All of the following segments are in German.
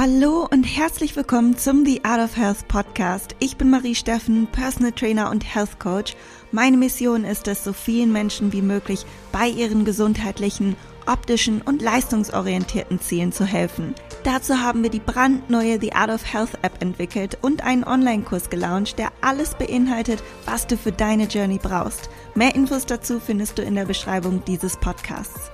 Hallo und herzlich willkommen zum The Art of Health Podcast. Ich bin Marie Steffen, Personal Trainer und Health Coach. Meine Mission ist es, so vielen Menschen wie möglich bei ihren gesundheitlichen, optischen und leistungsorientierten Zielen zu helfen. Dazu haben wir die brandneue The Art of Health App entwickelt und einen Online-Kurs gelauncht, der alles beinhaltet, was du für deine Journey brauchst. Mehr Infos dazu findest du in der Beschreibung dieses Podcasts.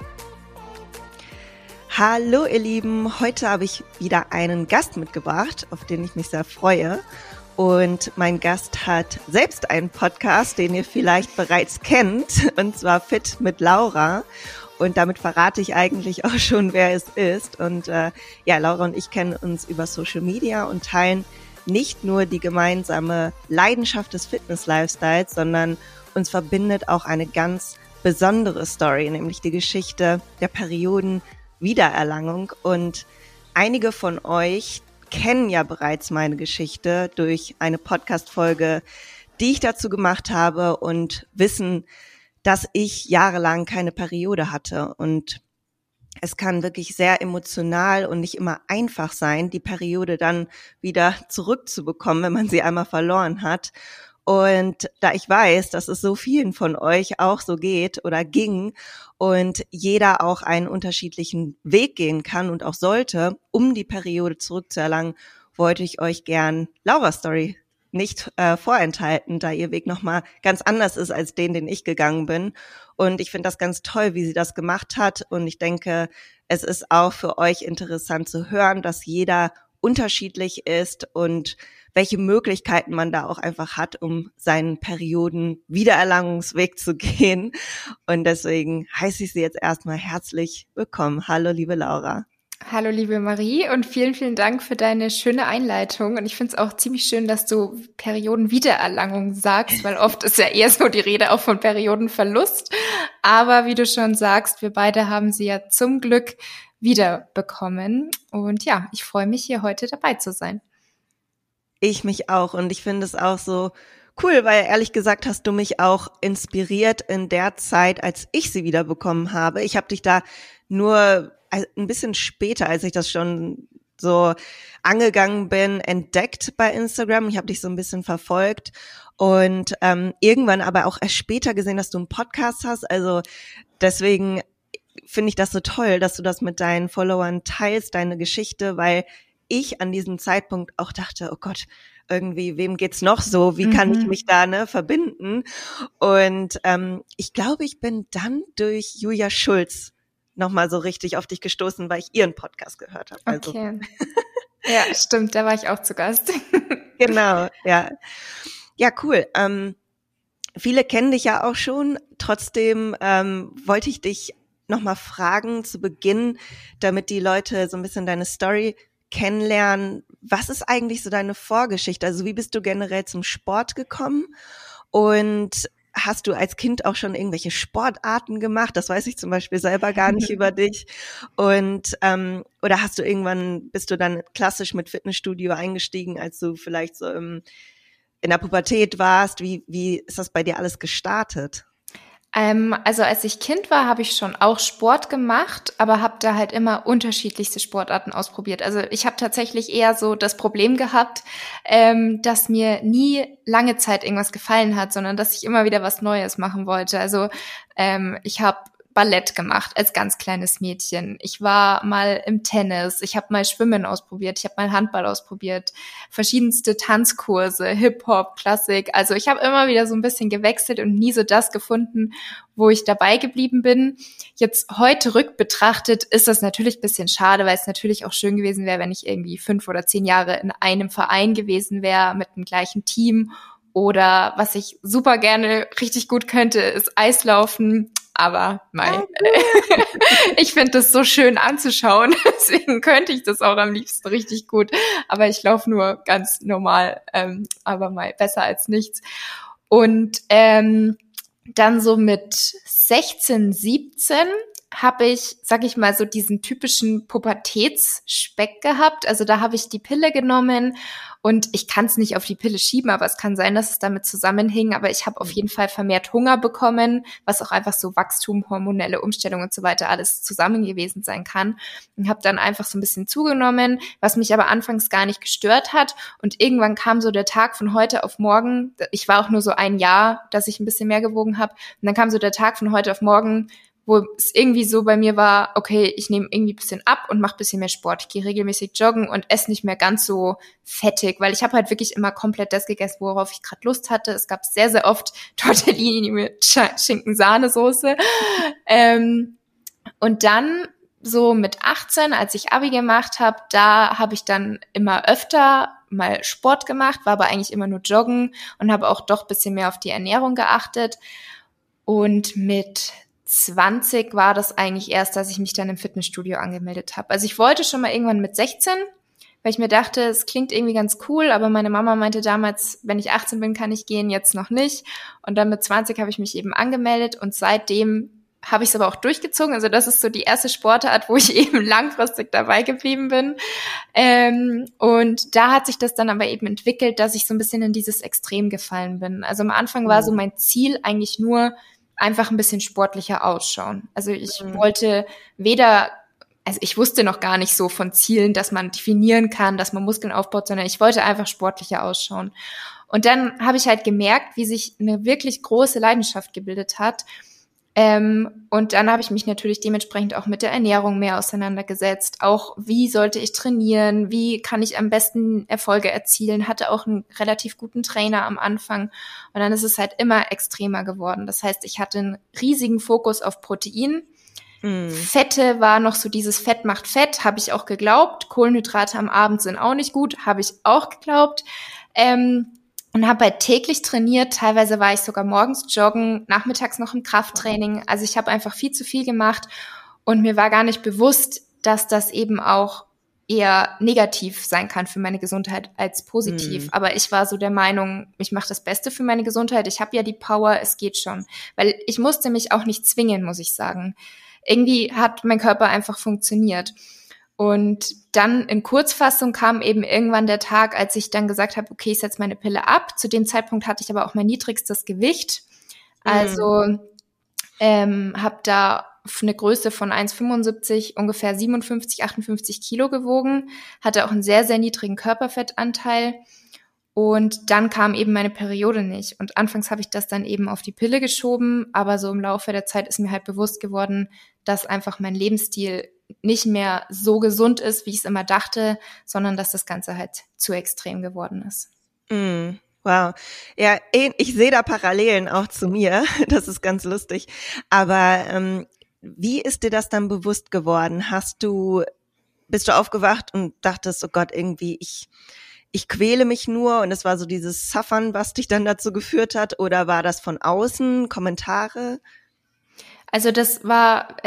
Hallo ihr Lieben, heute habe ich wieder einen Gast mitgebracht, auf den ich mich sehr freue. Und mein Gast hat selbst einen Podcast, den ihr vielleicht bereits kennt, und zwar Fit mit Laura. Und damit verrate ich eigentlich auch schon, wer es ist. Und Laura und ich kennen uns über Social Media und teilen nicht nur die gemeinsame Leidenschaft des Fitness-Lifestyles, sondern uns verbindet auch eine ganz besondere Story, nämlich die Geschichte der Periodenwiedererlangung. Und einige von euch kennen ja bereits meine Geschichte durch eine Podcast-Folge, die ich dazu gemacht habe und wissen, dass ich jahrelang keine Periode hatte. Und es kann wirklich sehr emotional und nicht immer einfach sein, die Periode dann wieder zurückzubekommen, wenn man sie einmal verloren hat. Und da ich weiß, dass es so vielen von euch auch so geht oder ging und jeder auch einen unterschiedlichen Weg gehen kann und auch sollte, um die Periode zurückzuerlangen, wollte ich euch gern Laura's Story nicht vorenthalten, da ihr Weg nochmal ganz anders ist als den ich gegangen bin. Und ich finde das ganz toll, wie sie das gemacht hat. Und ich denke, es ist auch für euch interessant zu hören, dass jeder unterschiedlich ist und welche Möglichkeiten man da auch einfach hat, um seinen Perioden-Wiedererlangungsweg zu gehen. Und deswegen heiße ich Sie jetzt erstmal herzlich willkommen. Hallo, liebe Laura. Hallo, liebe Marie, und vielen, vielen Dank für deine schöne Einleitung. Und ich finde es auch ziemlich schön, dass du Periodenwiedererlangung sagst, weil oft ist ja eher so die Rede auch von Periodenverlust. Aber wie du schon sagst, wir beide haben sie ja zum Glück wiederbekommen. Und ja, ich freue mich, hier heute dabei zu sein. Ich mich auch, und ich finde es auch so cool, weil ehrlich gesagt hast du mich auch inspiriert in der Zeit, als ich sie wiederbekommen habe. Ich habe dich da nur ein bisschen später, als ich das schon so angegangen bin, entdeckt bei Instagram. Ich habe dich so ein bisschen verfolgt und irgendwann aber auch erst später gesehen, dass du einen Podcast hast. Also deswegen finde ich das so toll, dass du das mit deinen Followern teilst, deine Geschichte, weil ich an diesem Zeitpunkt auch dachte, oh Gott, irgendwie, wem geht's noch so? Wie kann ich mich da verbinden? Und ich glaube, ich bin dann durch Julia Schulz nochmal so richtig auf dich gestoßen, weil ich ihren Podcast gehört habe. Also. Okay. Ja, stimmt, da war ich auch zu Gast. Genau, ja. Ja, cool. Viele kennen dich ja auch schon. Trotzdem wollte ich dich nochmal fragen zu Beginn, damit die Leute so ein bisschen deine Story kennenlernen. Was ist eigentlich so deine Vorgeschichte? Also wie bist du generell zum Sport gekommen? Und hast du als Kind auch schon irgendwelche Sportarten gemacht? Das weiß ich zum Beispiel selber gar nicht über dich. Und oder bist du dann klassisch mit Fitnessstudio eingestiegen, als du vielleicht so in der Pubertät warst? Wie ist das bei dir alles gestartet? Also als ich Kind war, habe ich schon auch Sport gemacht, aber habe da halt immer unterschiedlichste Sportarten ausprobiert. Also ich habe tatsächlich eher so das Problem gehabt, dass mir nie lange Zeit irgendwas gefallen hat, sondern dass ich immer wieder was Neues machen wollte. Also ich habe Ballett gemacht als ganz kleines Mädchen. Ich war mal im Tennis, ich habe mal Schwimmen ausprobiert, ich habe mal Handball ausprobiert, verschiedenste Tanzkurse, Hip-Hop, Klassik. Also ich habe immer wieder so ein bisschen gewechselt und nie so das gefunden, wo ich dabei geblieben bin. Jetzt heute rückbetrachtet ist das natürlich ein bisschen schade, weil es natürlich auch schön gewesen wäre, wenn ich irgendwie 5 oder 10 Jahre in einem Verein gewesen wäre mit dem gleichen Team. Oder was ich super gerne richtig gut könnte, ist Eislaufen. Aber ich finde das so schön anzuschauen, deswegen könnte ich das auch am liebsten richtig gut. Aber ich laufe nur ganz normal, aber mal besser als nichts. Und dann so mit 16, 17 habe ich, sag ich mal, so diesen typischen Pubertätsspeck gehabt. Also da habe ich die Pille genommen und ich kann es nicht auf die Pille schieben, aber es kann sein, dass es damit zusammenhing. Aber ich habe auf jeden Fall vermehrt Hunger bekommen, was auch einfach so Wachstum, hormonelle Umstellung und so weiter alles zusammen gewesen sein kann. Und habe dann einfach so ein bisschen zugenommen, was mich aber anfangs gar nicht gestört hat. Und irgendwann kam so der Tag von heute auf morgen. Ich war auch nur so ein Jahr, dass ich ein bisschen mehr gewogen habe. Und dann kam so der Tag von heute auf morgen, wo es irgendwie so bei mir war, okay, ich nehme irgendwie ein bisschen ab und mache ein bisschen mehr Sport. Ich gehe regelmäßig joggen und esse nicht mehr ganz so fettig, weil ich habe halt wirklich immer komplett das gegessen, worauf ich gerade Lust hatte. Es gab sehr, sehr oft Tortellini mit Schinken-Sahnesoße. Und dann so mit 18, als ich Abi gemacht habe, da habe ich dann immer öfter mal Sport gemacht, war aber eigentlich immer nur joggen und habe auch doch ein bisschen mehr auf die Ernährung geachtet. Und mit 20 war das eigentlich erst, dass ich mich dann im Fitnessstudio angemeldet habe. Also ich wollte schon mal irgendwann mit 16, weil ich mir dachte, es klingt irgendwie ganz cool, aber meine Mama meinte damals, wenn ich 18 bin, kann ich gehen, jetzt noch nicht. Und dann mit 20 habe ich mich eben angemeldet und seitdem habe ich es aber auch durchgezogen. Also das ist so die erste Sportart, wo ich eben langfristig dabei geblieben bin. Und da hat sich das dann aber eben entwickelt, dass ich so ein bisschen in dieses Extrem gefallen bin. Also am Anfang war so mein Ziel eigentlich nur, einfach ein bisschen sportlicher ausschauen. Also ich wollte also ich wusste noch gar nicht so von Zielen, dass man definieren kann, dass man Muskeln aufbaut, sondern ich wollte einfach sportlicher ausschauen. Und dann habe ich halt gemerkt, wie sich eine wirklich große Leidenschaft gebildet hat. Und dann habe ich mich natürlich dementsprechend auch mit der Ernährung mehr auseinandergesetzt. Auch wie sollte ich trainieren? Wie kann ich am besten Erfolge erzielen? Hatte auch einen relativ guten Trainer am Anfang. Und dann ist es halt immer extremer geworden. Das heißt, ich hatte einen riesigen Fokus auf Protein. Fette war noch so dieses Fett macht Fett, habe ich auch geglaubt. Kohlenhydrate am Abend sind auch nicht gut, habe ich auch geglaubt. Und habe halt täglich trainiert. Teilweise war ich sogar morgens joggen, nachmittags noch im Krafttraining. Also ich habe einfach viel zu viel gemacht und mir war gar nicht bewusst, dass das eben auch eher negativ sein kann für meine Gesundheit als positiv. Aber ich war so der Meinung, ich mache das Beste für meine Gesundheit. Ich habe ja die Power, es geht schon. Weil ich musste mich auch nicht zwingen, muss ich sagen. Irgendwie hat mein Körper einfach funktioniert. Und dann in Kurzfassung kam eben irgendwann der Tag, als ich dann gesagt habe, okay, ich setze meine Pille ab. Zu dem Zeitpunkt hatte ich aber auch mein niedrigstes Gewicht. Also habe da eine Größe von 1,75, ungefähr 57, 58 Kilo gewogen, hatte auch einen sehr, sehr niedrigen Körperfettanteil. Und dann kam eben meine Periode nicht. Und anfangs habe ich das dann eben auf die Pille geschoben, aber so im Laufe der Zeit ist mir halt bewusst geworden, dass einfach mein Lebensstil nicht mehr so gesund ist, wie ich es immer dachte, sondern dass das Ganze halt zu extrem geworden ist. Wow. Ja, ich sehe da Parallelen auch zu mir. Das ist ganz lustig. Aber wie ist dir das dann bewusst geworden? Bist du aufgewacht und dachtest, oh Gott, irgendwie ich quäle mich nur und es war so dieses Suffern, was dich dann dazu geführt hat? Oder war das von außen, Kommentare? Also das war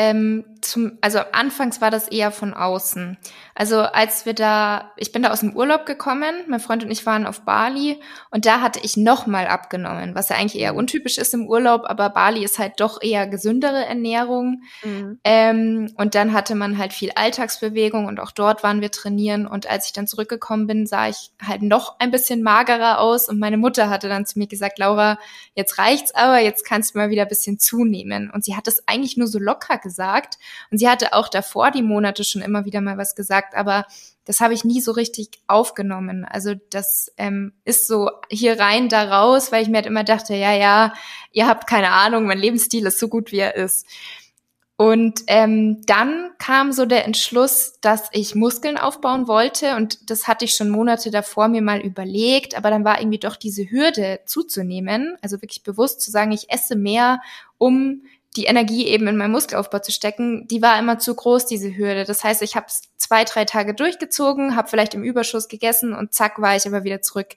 anfangs war das eher von außen. Also ich bin da aus dem Urlaub gekommen, mein Freund und ich waren auf Bali und da hatte ich nochmal abgenommen, was ja eigentlich eher untypisch ist im Urlaub, aber Bali ist halt doch eher gesündere Ernährung. Und dann hatte man halt viel Alltagsbewegung und auch dort waren wir trainieren und als ich dann zurückgekommen bin, sah ich halt noch ein bisschen magerer aus und meine Mutter hatte dann zu mir gesagt, Laura, jetzt reicht's aber, jetzt kannst du mal wieder ein bisschen zunehmen. Und sie hat es eigentlich nur so locker gesagt und sie hatte auch davor die Monate schon immer wieder mal was gesagt, aber das habe ich nie so richtig aufgenommen. Also das ist so hier rein, da raus, weil ich mir halt immer dachte, ja, ihr habt keine Ahnung, mein Lebensstil ist so gut, wie er ist. Und dann kam so der Entschluss, dass ich Muskeln aufbauen wollte und das hatte ich schon Monate davor mir mal überlegt, aber dann war irgendwie doch diese Hürde zuzunehmen, also wirklich bewusst zu sagen, ich esse mehr, um die Energie eben in meinen Muskelaufbau zu stecken, die war immer zu groß, diese Hürde. Das heißt, ich habe es 2-3 Tage durchgezogen, habe vielleicht im Überschuss gegessen und zack, war ich aber wieder zurück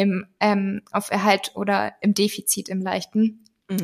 auf Erhalt oder im Defizit, im Leichten.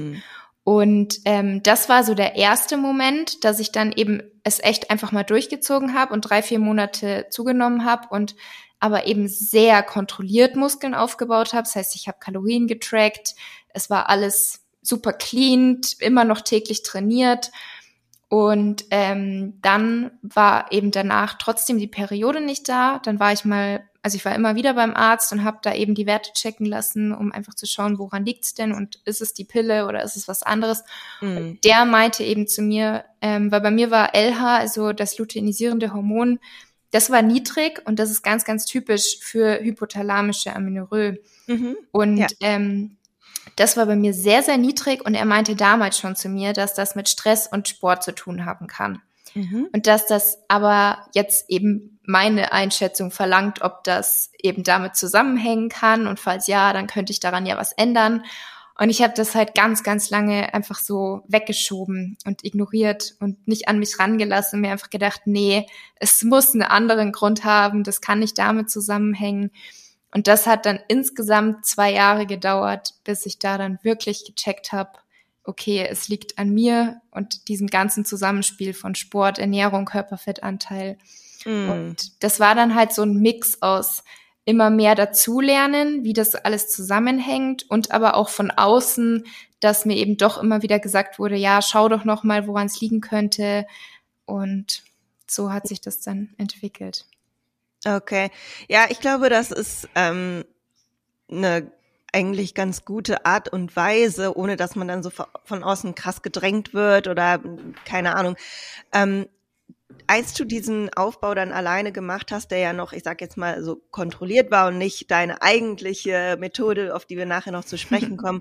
Und das war so der erste Moment, dass ich dann eben es echt einfach mal durchgezogen habe und 3-4 Monate zugenommen habe und aber eben sehr kontrolliert Muskeln aufgebaut habe. Das heißt, ich habe Kalorien getrackt, es war alles super clean, immer noch täglich trainiert Und dann war eben danach trotzdem die Periode nicht da. Dann war ich war immer wieder beim Arzt und habe da eben die Werte checken lassen, um einfach zu schauen, woran liegt's denn und ist es die Pille oder ist es was anderes. Und der meinte eben zu mir, weil bei mir war LH, also das luteinisierende Hormon, das war niedrig und das ist ganz, ganz typisch für hypothalamische Amenorrhoe. Und das war bei mir sehr, sehr niedrig und er meinte damals schon zu mir, dass das mit Stress und Sport zu tun haben kann. Und dass das aber jetzt eben meine Einschätzung verlangt, ob das eben damit zusammenhängen kann und falls ja, dann könnte ich daran ja was ändern. Und ich habe das halt ganz, ganz lange einfach so weggeschoben und ignoriert und nicht an mich rangelassen und mir einfach gedacht, nee, es muss einen anderen Grund haben, das kann nicht damit zusammenhängen. Und das hat dann insgesamt 2 Jahre gedauert, bis ich da dann wirklich gecheckt habe, okay, es liegt an mir und diesem ganzen Zusammenspiel von Sport, Ernährung, Körperfettanteil. Und das war dann halt so ein Mix aus immer mehr dazulernen, wie das alles zusammenhängt und aber auch von außen, dass mir eben doch immer wieder gesagt wurde, ja, schau doch noch mal, woran es liegen könnte. Und so hat sich das dann entwickelt. Okay. Ja, ich glaube, das ist eine eigentlich ganz gute Art und Weise, ohne dass man dann so von außen krass gedrängt wird oder keine Ahnung. Als du diesen Aufbau dann alleine gemacht hast, der ja noch, ich sag jetzt mal, so kontrolliert war und nicht deine eigentliche Methode, auf die wir nachher noch zu sprechen kommen,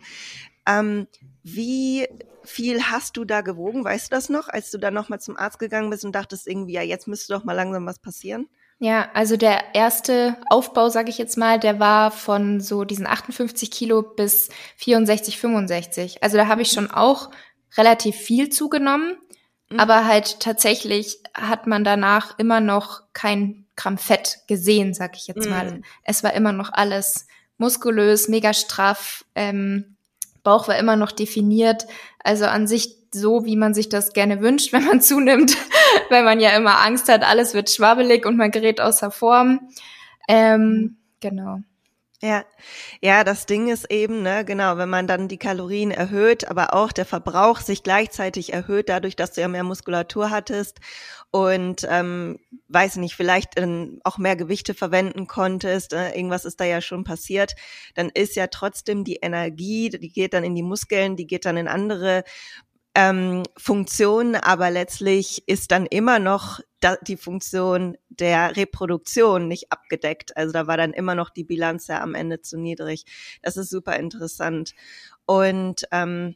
wie viel hast du da gewogen? Weißt du das noch, als du dann nochmal zum Arzt gegangen bist und dachtest irgendwie, ja, jetzt müsste doch mal langsam was passieren? Ja, also der erste Aufbau, sage ich jetzt mal, der war von so diesen 58 Kilo bis 64, 65. Also da habe ich schon auch relativ viel zugenommen, aber halt tatsächlich hat man danach immer noch kein Gramm Fett gesehen, sag ich jetzt mal. Es war immer noch alles muskulös, mega straff, Bauch war immer noch definiert, also an sich so, wie man sich das gerne wünscht, wenn man zunimmt, weil man ja immer Angst hat, alles wird schwabbelig und man gerät außer Form. Genau. Ja, das Ding ist eben, ne, genau, wenn man dann die Kalorien erhöht, aber auch der Verbrauch sich gleichzeitig erhöht, dadurch, dass du ja mehr Muskulatur hattest und, weiß nicht, vielleicht auch mehr Gewichte verwenden konntest, irgendwas ist da ja schon passiert, dann ist ja trotzdem die Energie, die geht dann in die Muskeln, die geht dann in andere Funktion, aber letztlich ist dann immer noch die Funktion der Reproduktion nicht abgedeckt. Also da war dann immer noch die Bilanz ja am Ende zu niedrig. Das ist super interessant. Und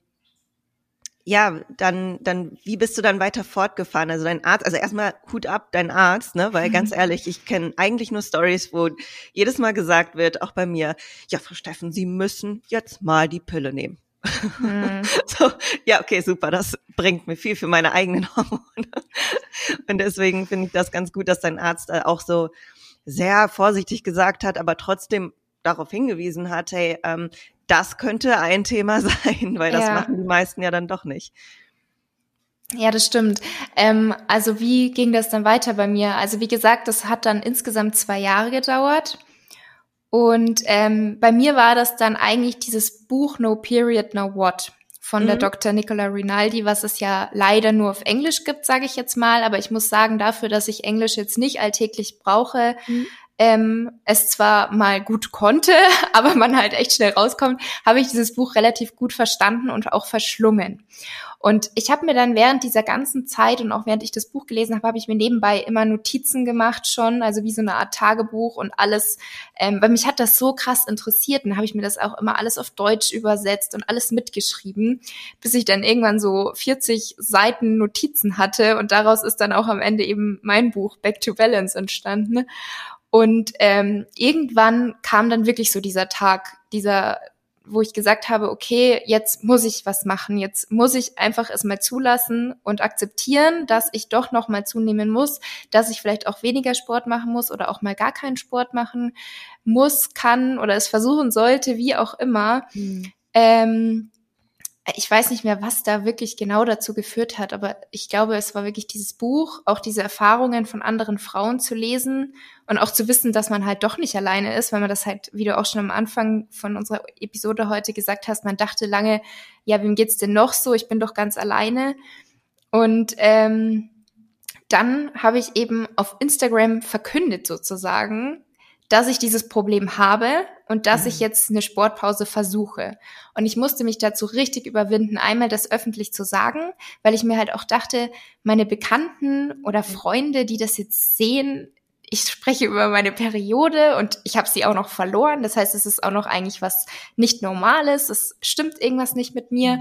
ja, dann, wie bist du dann weiter fortgefahren? Also dein Arzt, also erstmal Hut ab, dein Arzt, ne? Weil ganz ehrlich, ich kenne eigentlich nur Stories, wo jedes Mal gesagt wird, auch bei mir, ja, Frau Steffen, Sie müssen jetzt mal die Pille nehmen. So, ja, okay, super, das bringt mir viel für meine eigenen Hormone. Und deswegen finde ich das ganz gut, dass dein Arzt auch so sehr vorsichtig gesagt hat, aber trotzdem darauf hingewiesen hat, hey, das könnte ein Thema sein, weil das machen die meisten ja dann doch nicht. Ja, das stimmt. Also wie ging das dann weiter bei mir? Also wie gesagt, das hat dann insgesamt 2 Jahre gedauert. Und bei mir war das dann eigentlich dieses Buch No Period, No What von der Dr. Nicola Rinaldi, was es ja leider nur auf Englisch gibt, sage ich jetzt mal. Aber ich muss sagen, dafür, dass ich Englisch jetzt nicht alltäglich brauche, es zwar mal gut konnte, aber man halt echt schnell rauskommt, habe ich dieses Buch relativ gut verstanden und auch verschlungen. Und ich habe mir dann während dieser ganzen Zeit und auch während ich das Buch gelesen habe, habe ich mir nebenbei immer Notizen gemacht schon, also wie so eine Art Tagebuch und alles, weil mich hat das so krass interessiert und habe ich mir das auch immer alles auf Deutsch übersetzt und alles mitgeschrieben, bis ich dann irgendwann so 40 Seiten Notizen hatte und daraus ist dann auch am Ende eben mein Buch Back to Balance entstanden. Und irgendwann kam dann wirklich so dieser Tag, wo ich gesagt habe, okay, jetzt muss ich was machen, jetzt muss ich einfach es mal zulassen und akzeptieren, dass ich doch noch mal zunehmen muss, dass ich vielleicht auch weniger Sport machen muss oder auch mal gar keinen Sport machen muss, kann oder es versuchen sollte, wie auch immer. Ich weiß nicht mehr, was da wirklich genau dazu geführt hat, aber ich glaube, es war wirklich dieses Buch, auch diese Erfahrungen von anderen Frauen zu lesen und auch zu wissen, dass man halt doch nicht alleine ist, weil man das halt, wie du auch schon am Anfang von unserer Episode heute gesagt hast, man dachte lange, ja, wem geht's denn noch so? Ich bin doch ganz alleine. Und dann habe ich eben auf Instagram verkündet sozusagen, dass ich dieses Problem habe und dass ich jetzt eine Sportpause versuche. Und ich musste mich dazu richtig überwinden, einmal das öffentlich zu sagen, weil ich mir halt auch dachte, meine Bekannten oder Freunde, die das jetzt sehen, ich spreche über meine Periode und ich habe sie auch noch verloren. Das heißt, es ist auch noch eigentlich was nicht Normales. Es stimmt irgendwas nicht mit mir.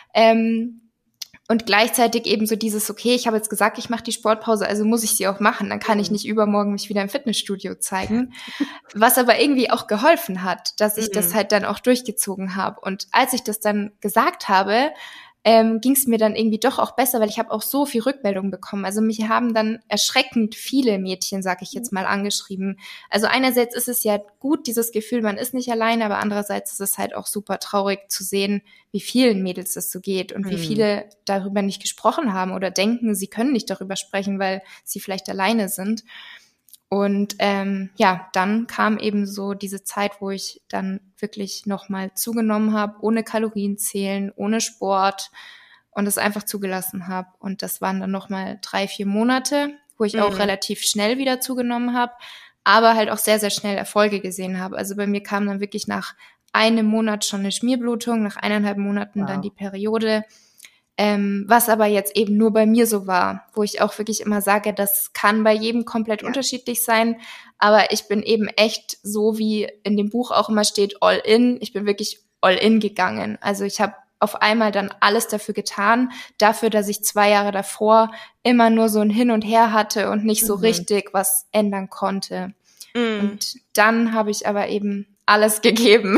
Und gleichzeitig eben so dieses, okay, ich habe jetzt gesagt, ich mache die Sportpause, also muss ich sie auch machen. Dann kann ich nicht übermorgen mich wieder im Fitnessstudio zeigen. Was aber irgendwie auch geholfen hat, dass ich das halt dann auch durchgezogen habe. Und als ich das dann gesagt habe, ging es mir dann irgendwie doch auch besser, weil ich habe auch so viel Rückmeldungen bekommen. Also mich haben dann erschreckend viele Mädchen, sag ich jetzt mal, angeschrieben. Also einerseits ist es ja gut, dieses Gefühl, man ist nicht alleine, aber andererseits ist es halt auch super traurig zu sehen, wie vielen Mädels das so geht und wie viele darüber nicht gesprochen haben oder denken, sie können nicht darüber sprechen, weil sie vielleicht alleine sind. Und dann kam eben so diese Zeit, wo ich dann wirklich nochmal zugenommen habe, ohne Kalorien zählen, ohne Sport und es einfach zugelassen habe. Und das waren dann nochmal 3-4 Monate, wo ich auch relativ schnell wieder zugenommen habe, aber halt auch sehr, sehr schnell Erfolge gesehen habe. Also bei mir kam dann wirklich nach einem Monat schon eine Schmierblutung, nach 1,5 Monaten dann die Periode. Was aber jetzt eben nur bei mir so war, wo ich auch wirklich immer sage, das kann bei jedem komplett unterschiedlich sein, aber ich bin eben echt so, wie in dem Buch auch immer steht, all in. Ich bin wirklich all in gegangen. Also ich habe auf einmal dann alles dafür getan, dafür, dass ich 2 Jahre davor immer nur so ein Hin und Her hatte und nicht so richtig was ändern konnte. Und dann habe ich aber eben alles gegeben.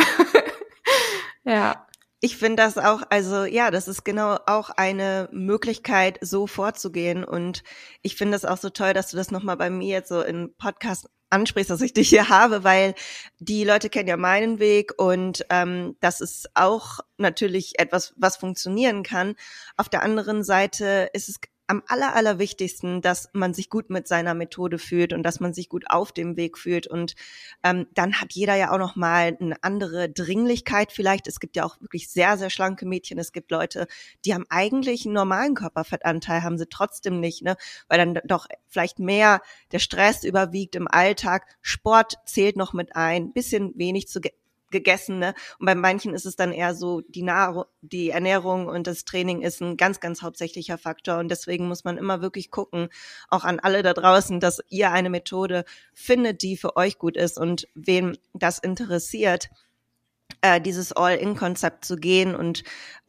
Ja. Ich finde das auch, also ja, das ist genau auch eine Möglichkeit, so vorzugehen. Und ich finde das auch so toll, dass du das nochmal bei mir jetzt so im Podcast ansprichst, dass ich dich hier habe, weil die Leute kennen ja meinen Weg und das ist auch natürlich etwas, was funktionieren kann. Auf der anderen Seite ist es am allerwichtigsten, dass man sich gut mit seiner Methode fühlt und dass man sich gut auf dem Weg fühlt. Und dann hat jeder ja auch noch mal eine andere Dringlichkeit vielleicht. Es gibt ja auch wirklich sehr, sehr schlanke Mädchen. Es gibt Leute, die haben eigentlich einen normalen Körperfettanteil, haben sie trotzdem nicht, ne? Weil dann doch vielleicht mehr der Stress überwiegt im Alltag. Sport zählt noch mit ein, bisschen wenig gegessen, ne? Und bei manchen ist es dann eher so, die Ernährung und das Training ist ein ganz, ganz hauptsächlicher Faktor. Und deswegen muss man immer wirklich gucken, auch an alle da draußen, dass ihr eine Methode findet, die für euch gut ist. Und wen das interessiert, dieses All-in-Konzept zu gehen und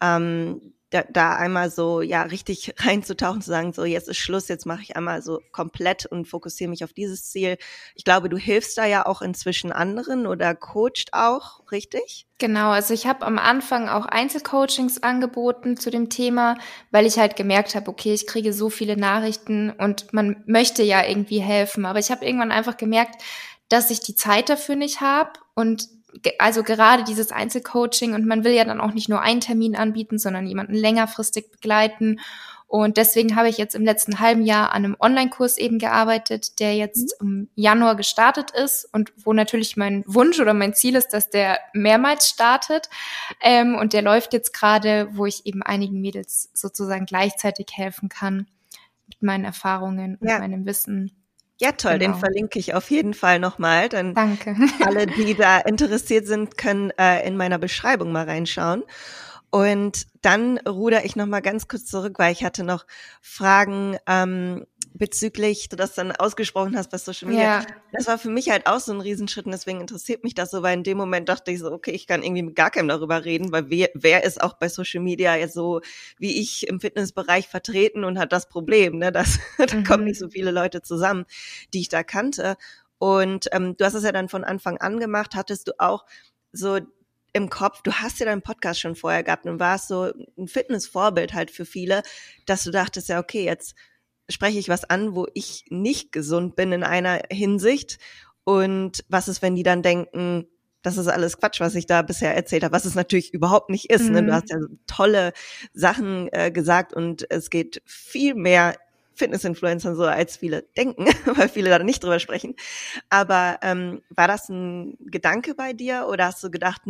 da einmal so ja richtig reinzutauchen, zu sagen, so jetzt ist Schluss, jetzt mache ich einmal so komplett und fokussiere mich auf dieses Ziel. Ich glaube, du hilfst da ja auch inzwischen anderen oder coacht auch, richtig? Genau, also ich habe am Anfang auch Einzelcoachings angeboten zu dem Thema, weil ich halt gemerkt habe, okay, ich kriege so viele Nachrichten und man möchte ja irgendwie helfen, aber ich habe irgendwann einfach gemerkt, dass ich die Zeit dafür nicht habe und also gerade dieses Einzelcoaching und man will ja dann auch nicht nur einen Termin anbieten, sondern jemanden längerfristig begleiten. Und deswegen habe ich jetzt im letzten halben Jahr an einem Online-Kurs eben gearbeitet, der jetzt im Januar gestartet ist und wo natürlich mein Wunsch oder mein Ziel ist, dass der mehrmals startet. Und der läuft jetzt gerade, wo ich eben einigen Mädels sozusagen gleichzeitig helfen kann mit meinen Erfahrungen und meinem Wissen. Ja, toll, Den verlinke ich auf jeden Fall nochmal. Dann Danke. Alle, die da interessiert sind, können in meiner Beschreibung mal reinschauen. Und dann ruder ich nochmal ganz kurz zurück, weil ich hatte noch Fragen bezüglich, du das dann ausgesprochen hast bei Social Media. Ja. Das war für mich halt auch so ein Riesenschritt und deswegen interessiert mich das so, weil in dem Moment dachte ich so, okay, ich kann irgendwie mit gar keinem darüber reden, weil wer ist auch bei Social Media jetzt so wie ich im Fitnessbereich vertreten und hat das Problem, ne? Da kommen nicht so viele Leute zusammen, die ich da kannte. Und du hast es ja dann von Anfang an gemacht, hattest du auch so im Kopf, du hast ja deinen Podcast schon vorher gehabt und warst so ein Fitnessvorbild halt für viele, dass du dachtest, ja okay, jetzt spreche ich was an, wo ich nicht gesund bin in einer Hinsicht und was ist, wenn die dann denken, das ist alles Quatsch, was ich da bisher erzählt habe, was es natürlich überhaupt nicht ist. Ne? Du hast ja tolle Sachen gesagt und es geht viel mehr Fitness-Influencern so, als viele denken, weil viele da nicht drüber sprechen. Aber war das ein Gedanke bei dir oder hast du gedacht, nee,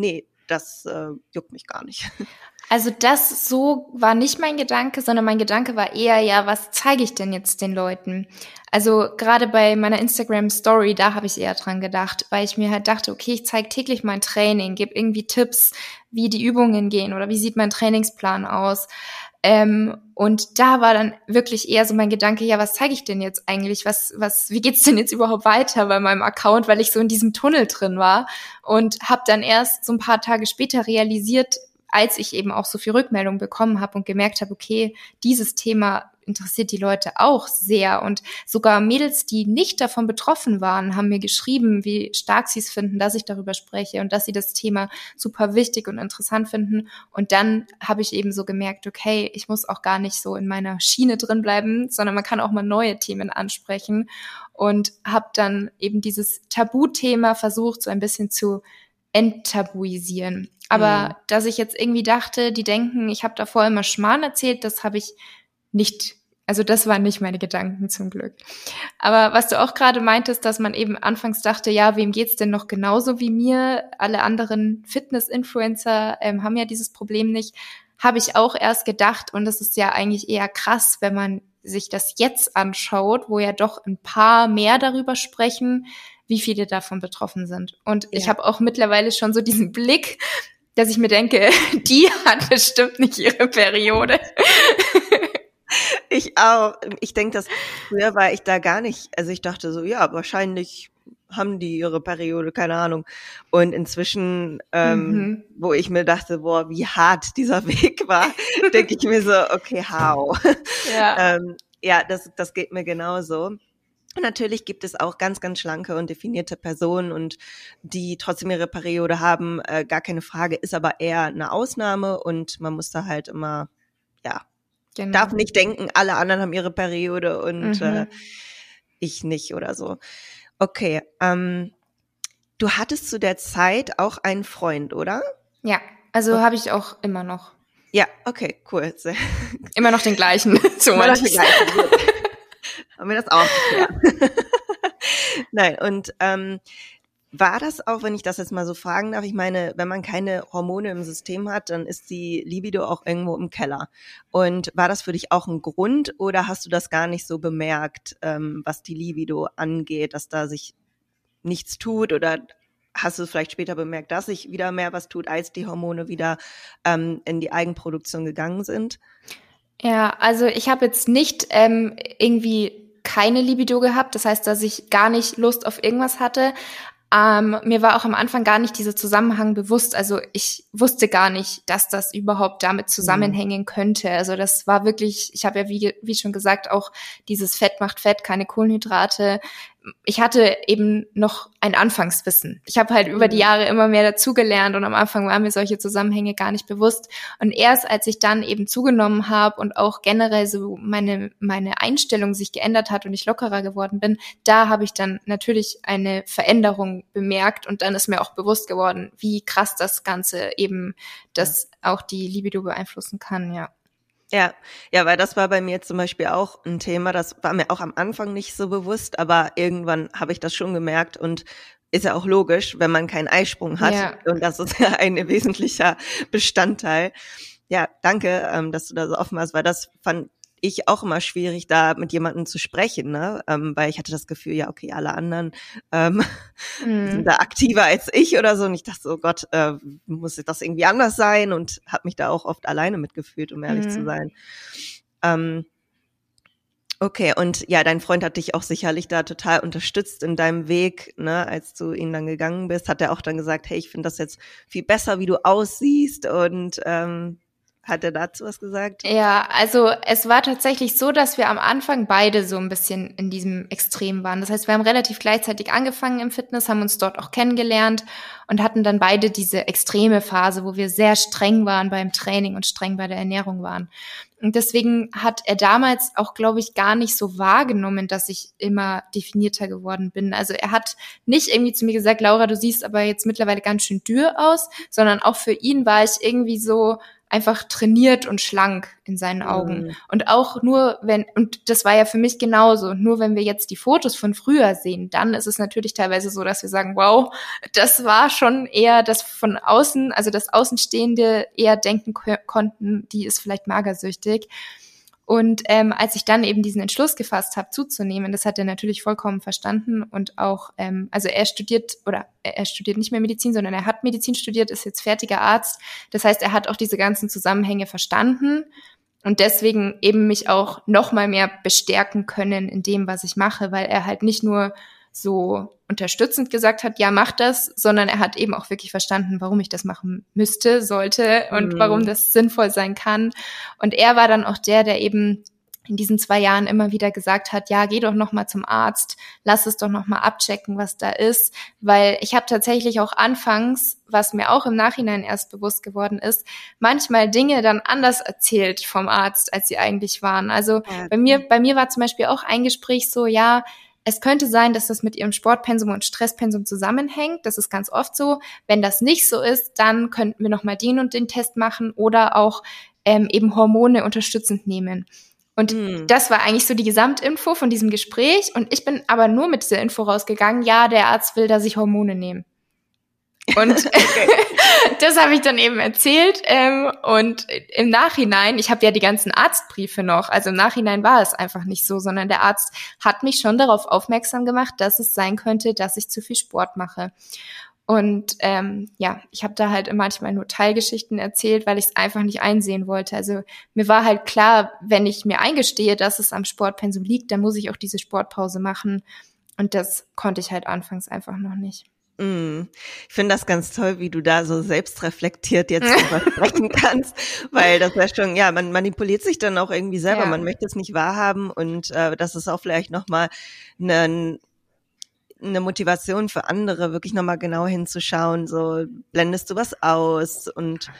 das juckt mich gar nicht. Also das so war nicht mein Gedanke, sondern mein Gedanke war eher, ja, was zeige ich denn jetzt den Leuten? Also gerade bei meiner Instagram-Story, da habe ich eher dran gedacht, weil ich mir halt dachte, okay, ich zeige täglich mein Training, gebe irgendwie Tipps, wie die Übungen gehen oder wie sieht mein Trainingsplan aus. Und da war dann wirklich eher so mein Gedanke, ja, was zeige ich denn jetzt eigentlich? Wie geht's denn jetzt überhaupt weiter bei meinem Account, weil ich so in diesem Tunnel drin war und habe dann erst so ein paar Tage später realisiert, als ich eben auch so viel Rückmeldung bekommen habe und gemerkt habe, okay, dieses Thema interessiert die Leute auch sehr. Und sogar Mädels, die nicht davon betroffen waren, haben mir geschrieben, wie stark sie es finden, dass ich darüber spreche und dass sie das Thema super wichtig und interessant finden. Und dann habe ich eben so gemerkt, okay, ich muss auch gar nicht so in meiner Schiene drin bleiben, sondern man kann auch mal neue Themen ansprechen. Und habe dann eben dieses Tabuthema versucht, so ein bisschen zu enttabuisieren. Aber dass ich jetzt irgendwie dachte, die denken, ich habe davor immer Schmarrn erzählt, das habe ich nicht, also das waren nicht meine Gedanken zum Glück. Aber was du auch gerade meintest, dass man eben anfangs dachte, ja, wem geht's denn noch genauso wie mir? Alle anderen Fitness-Influencer haben ja dieses Problem nicht. Habe ich auch erst gedacht und das ist ja eigentlich eher krass, wenn man sich das jetzt anschaut, wo ja doch ein paar mehr darüber sprechen, wie viele davon betroffen sind. Und ich habe auch mittlerweile schon so diesen Blick, dass ich mir denke, die hat bestimmt nicht ihre Periode. Ich auch. Ich denke, dass früher war ich da gar nicht, also ich dachte so, ja, wahrscheinlich haben die ihre Periode, keine Ahnung. Und inzwischen, wo ich mir dachte, boah, wie hart dieser Weg war, denke ich mir so, okay, how? Ja, das geht mir genauso. Und natürlich gibt es auch ganz, ganz schlanke und definierte Personen und die trotzdem ihre Periode haben, gar keine Frage, ist aber eher eine Ausnahme und man muss da halt immer, ja, darf nicht denken, alle anderen haben ihre Periode und ich nicht oder so. Okay, du hattest zu der Zeit auch einen Freund, oder? Ja, also habe ich auch immer noch. Ja, okay, cool. Immer noch den gleichen. So immer noch den gleichen. Haben wir das auch geklärt. Nein, und war das auch, wenn ich das jetzt mal so fragen darf, ich meine, wenn man keine Hormone im System hat, dann ist die Libido auch irgendwo im Keller. Und war das für dich auch ein Grund oder hast du das gar nicht so bemerkt, was die Libido angeht, dass da sich nichts tut oder hast du vielleicht später bemerkt, dass sich wieder mehr was tut, als die Hormone wieder in die Eigenproduktion gegangen sind? Ja, also ich habe jetzt nicht irgendwie keine Libido gehabt, das heißt, dass ich gar nicht Lust auf irgendwas hatte. Mir war auch am Anfang gar nicht dieser Zusammenhang bewusst. Also ich wusste gar nicht, dass das überhaupt damit zusammenhängen könnte. Also das war wirklich, ich habe ja wie schon gesagt, auch dieses Fett macht Fett, keine Kohlenhydrate. Ich hatte eben noch ein Anfangswissen. Ich habe halt über die Jahre immer mehr dazugelernt und am Anfang waren mir solche Zusammenhänge gar nicht bewusst. Und erst als ich dann eben zugenommen habe und auch generell so meine Einstellung sich geändert hat und ich lockerer geworden bin, da habe ich dann natürlich eine Veränderung bemerkt und dann ist mir auch bewusst geworden, wie krass das Ganze eben, das auch die Libido beeinflussen kann, ja. Ja, weil das war bei mir zum Beispiel auch ein Thema, das war mir auch am Anfang nicht so bewusst, aber irgendwann habe ich das schon gemerkt und ist ja auch logisch, wenn man keinen Eisprung hat und das ist ja ein wesentlicher Bestandteil. Ja, danke, dass du da so offen warst, weil das fand ich auch immer schwierig, da mit jemandem zu sprechen, ne? Weil ich hatte das Gefühl, ja, okay, alle anderen sind da aktiver als ich oder so. Und ich dachte so, oh Gott, muss das irgendwie anders sein? Und habe mich da auch oft alleine mitgefühlt, um ehrlich zu sein. Okay, und ja, dein Freund hat dich auch sicherlich da total unterstützt in deinem Weg, ne? Als du ihn dann gegangen bist, hat er auch dann gesagt, hey, ich finde das jetzt viel besser, wie du aussiehst und hat er dazu was gesagt? Ja, also es war tatsächlich so, dass wir am Anfang beide so ein bisschen in diesem Extrem waren. Das heißt, wir haben relativ gleichzeitig angefangen im Fitness, haben uns dort auch kennengelernt und hatten dann beide diese extreme Phase, wo wir sehr streng waren beim Training und streng bei der Ernährung waren. Und deswegen hat er damals auch, glaube ich, gar nicht so wahrgenommen, dass ich immer definierter geworden bin. Also er hat nicht irgendwie zu mir gesagt, Laura, du siehst aber jetzt mittlerweile ganz schön dürr aus, sondern auch für ihn war ich irgendwie so, einfach trainiert und schlank in seinen Augen. Und auch nur und das war ja für mich genauso, nur wenn wir jetzt die Fotos von früher sehen, dann ist es natürlich teilweise so, dass wir sagen, wow, das war schon eher das von außen, also das Außenstehende eher denken konnten, die ist vielleicht magersüchtig. Und als ich dann eben diesen Entschluss gefasst habe, zuzunehmen, das hat er natürlich vollkommen verstanden und auch, also er studiert nicht mehr Medizin, sondern er hat Medizin studiert, ist jetzt fertiger Arzt. Das heißt, er hat auch diese ganzen Zusammenhänge verstanden und deswegen eben mich auch noch mal mehr bestärken können in dem, was ich mache, weil er halt nicht nur so unterstützend gesagt hat, ja, mach das, sondern er hat eben auch wirklich verstanden, warum ich das machen müsste, sollte und warum das sinnvoll sein kann. Und er war dann auch der eben in diesen 2 Jahren immer wieder gesagt hat, ja, geh doch noch mal zum Arzt, lass es doch noch mal abchecken, was da ist, weil ich habe tatsächlich auch anfangs, was mir auch im Nachhinein erst bewusst geworden ist, manchmal Dinge dann anders erzählt vom Arzt, als sie eigentlich waren. Also bei mir war zum Beispiel auch ein Gespräch so, ja, es könnte sein, dass das mit ihrem Sportpensum und Stresspensum zusammenhängt. Das ist ganz oft so. Wenn das nicht so ist, dann könnten wir nochmal den und den Test machen oder auch eben Hormone unterstützend nehmen. Und das war eigentlich so die Gesamtinfo von diesem Gespräch. Und ich bin aber nur mit dieser Info rausgegangen, ja, der Arzt will, dass ich Hormone nehme. Und das habe ich dann eben erzählt und im Nachhinein, ich habe ja die ganzen Arztbriefe noch, also im Nachhinein war es einfach nicht so, sondern der Arzt hat mich schon darauf aufmerksam gemacht, dass es sein könnte, dass ich zu viel Sport mache. Und ich habe da halt manchmal nur Teilgeschichten erzählt, weil ich es einfach nicht einsehen wollte. Also mir war halt klar, wenn ich mir eingestehe, dass es am Sportpensum liegt, dann muss ich auch diese Sportpause machen. Und das konnte ich halt anfangs einfach noch nicht. Ich finde das ganz toll, wie du da so selbstreflektiert jetzt drüber sprechen kannst, weil das ja schon, ja, man manipuliert sich dann auch irgendwie selber, man möchte es nicht wahrhaben und das ist auch vielleicht nochmal eine Motivation für andere, wirklich nochmal genau hinzuschauen, so blendest du was aus und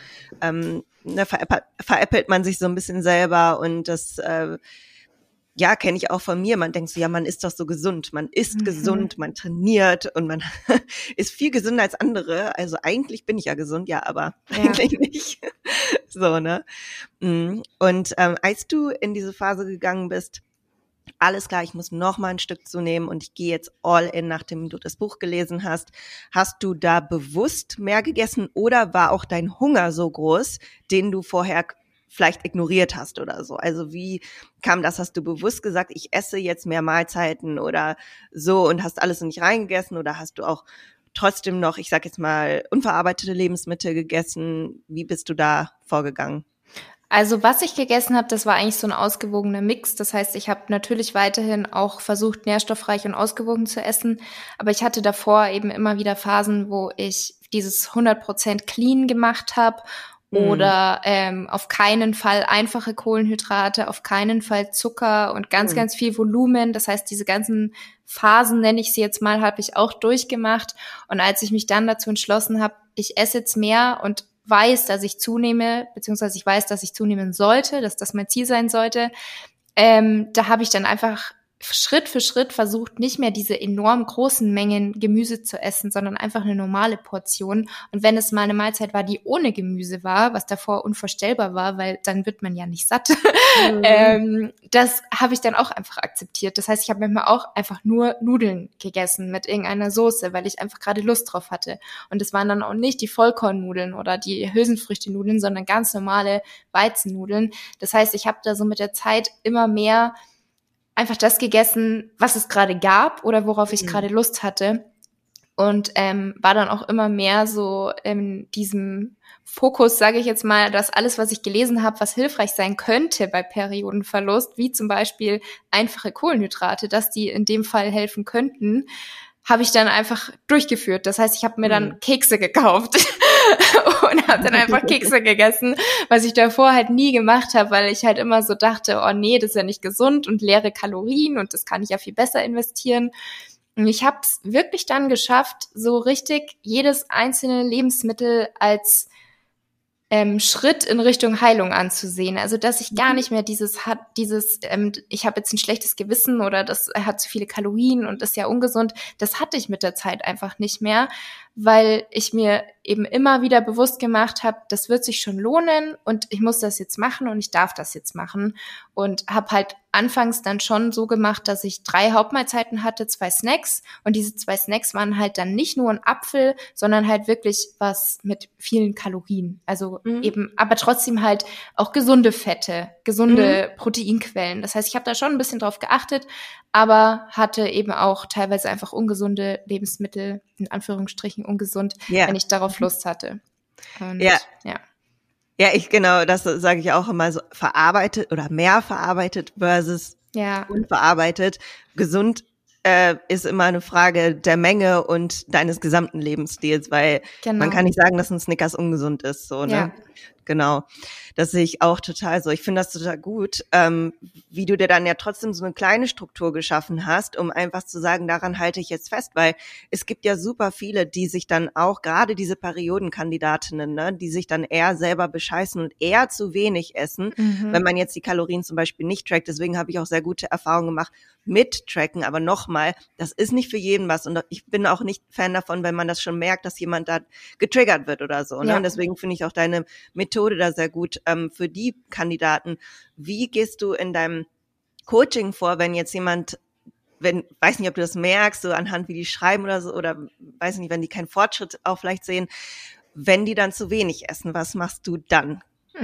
veräppelt man sich so ein bisschen selber und das ja, kenne ich auch von mir. Man denkt so, ja, man ist doch so gesund. Man ist gesund, man trainiert und man ist viel gesünder als andere. Also eigentlich bin ich ja gesund, ja, aber eigentlich nicht. So, ne? Und als du in diese Phase gegangen bist, alles klar, ich muss noch mal ein Stück zunehmen und ich gehe jetzt all in, nachdem du das Buch gelesen hast. Hast du da bewusst mehr gegessen oder war auch dein Hunger so groß, den du vorher vielleicht ignoriert hast oder so? Also wie kam das? Hast du bewusst gesagt, ich esse jetzt mehr Mahlzeiten oder so und hast alles nicht reingegessen oder hast du auch trotzdem noch, ich sag jetzt mal, unverarbeitete Lebensmittel gegessen? Wie bist du da vorgegangen? Also was ich gegessen habe, das war eigentlich so ein ausgewogener Mix. Das heißt, ich habe natürlich weiterhin auch versucht, nährstoffreich und ausgewogen zu essen. Aber ich hatte davor eben immer wieder Phasen, wo ich dieses 100% clean gemacht habe oder auf keinen Fall einfache Kohlenhydrate, auf keinen Fall Zucker und ganz, ganz viel Volumen. Das heißt, diese ganzen Phasen, nenne ich sie jetzt mal, habe ich auch durchgemacht. Und als ich mich dann dazu entschlossen habe, ich esse jetzt mehr und weiß, dass ich zunehme, beziehungsweise ich weiß, dass ich zunehmen sollte, dass das mein Ziel sein sollte, da habe ich dann einfach Schritt für Schritt versucht, nicht mehr diese enorm großen Mengen Gemüse zu essen, sondern einfach eine normale Portion. Und wenn es mal eine Mahlzeit war, die ohne Gemüse war, was davor unvorstellbar war, weil dann wird man ja nicht satt, das habe ich dann auch einfach akzeptiert. Das heißt, ich habe manchmal auch einfach nur Nudeln gegessen mit irgendeiner Soße, weil ich einfach gerade Lust drauf hatte. Und es waren dann auch nicht die Vollkornnudeln oder die Hülsenfrüchte-Nudeln, sondern ganz normale Weizennudeln. Das heißt, ich habe da so mit der Zeit immer mehr einfach das gegessen, was es gerade gab oder worauf ich gerade Lust hatte und war dann auch immer mehr so in diesem Fokus, sage ich jetzt mal, dass alles, was ich gelesen habe, was hilfreich sein könnte bei Periodenverlust, wie zum Beispiel einfache Kohlenhydrate, dass die in dem Fall helfen könnten, habe ich dann einfach durchgeführt. Das heißt, ich habe mir dann Kekse gekauft und habe dann einfach Kekse gegessen, was ich davor halt nie gemacht habe, weil ich halt immer so dachte, oh nee, das ist ja nicht gesund und leere Kalorien und das kann ich ja viel besser investieren. Und ich habe es wirklich dann geschafft, so richtig jedes einzelne Lebensmittel als Schritt in Richtung Heilung anzusehen. Also, dass ich gar nicht mehr ich habe jetzt ein schlechtes Gewissen oder das hat zu viele Kalorien und ist ja ungesund, das hatte ich mit der Zeit einfach nicht mehr, weil ich mir eben immer wieder bewusst gemacht habe, das wird sich schon lohnen und ich muss das jetzt machen und ich darf das jetzt machen. Und habe halt anfangs dann schon so gemacht, dass ich 3 Hauptmahlzeiten hatte, 2 Snacks. Und diese 2 Snacks waren halt dann nicht nur ein Apfel, sondern halt wirklich was mit vielen Kalorien. Also eben, aber trotzdem halt auch gesunde Fette, gesunde Proteinquellen. Das heißt, ich habe da schon ein bisschen drauf geachtet, aber hatte eben auch teilweise einfach ungesunde Lebensmittel, in Anführungsstrichen ungesund, wenn ich darauf Lust hatte. Und ja. Ja, genau, das sage ich auch immer so, verarbeitet oder mehr verarbeitet versus unverarbeitet. Gesund ist immer eine Frage der Menge und deines gesamten Lebensstils, weil man kann nicht sagen, dass ein Snickers ungesund ist, so, ne? Ja. Genau. Das sehe ich auch total so. Ich finde das total gut, wie du dir dann ja trotzdem so eine kleine Struktur geschaffen hast, um einfach zu sagen, daran halte ich jetzt fest, weil es gibt ja super viele, die sich dann auch, gerade diese Periodenkandidatinnen, ne, die sich dann eher selber bescheißen und eher zu wenig essen, wenn man jetzt die Kalorien zum Beispiel nicht trackt. Deswegen habe ich auch sehr gute Erfahrungen gemacht mit Tracken. Aber nochmal, das ist nicht für jeden was. Und ich bin auch nicht Fan davon, wenn man das schon merkt, dass jemand da getriggert wird oder so. Ne? Und deswegen finde ich auch deine Methode da sehr gut für die Kandidaten. Wie gehst du in deinem Coaching vor, wenn jetzt jemand, weiß nicht, ob du das merkst, so anhand wie die schreiben oder so, oder weiß nicht, wenn die keinen Fortschritt auch vielleicht sehen, wenn die dann zu wenig essen, was machst du dann?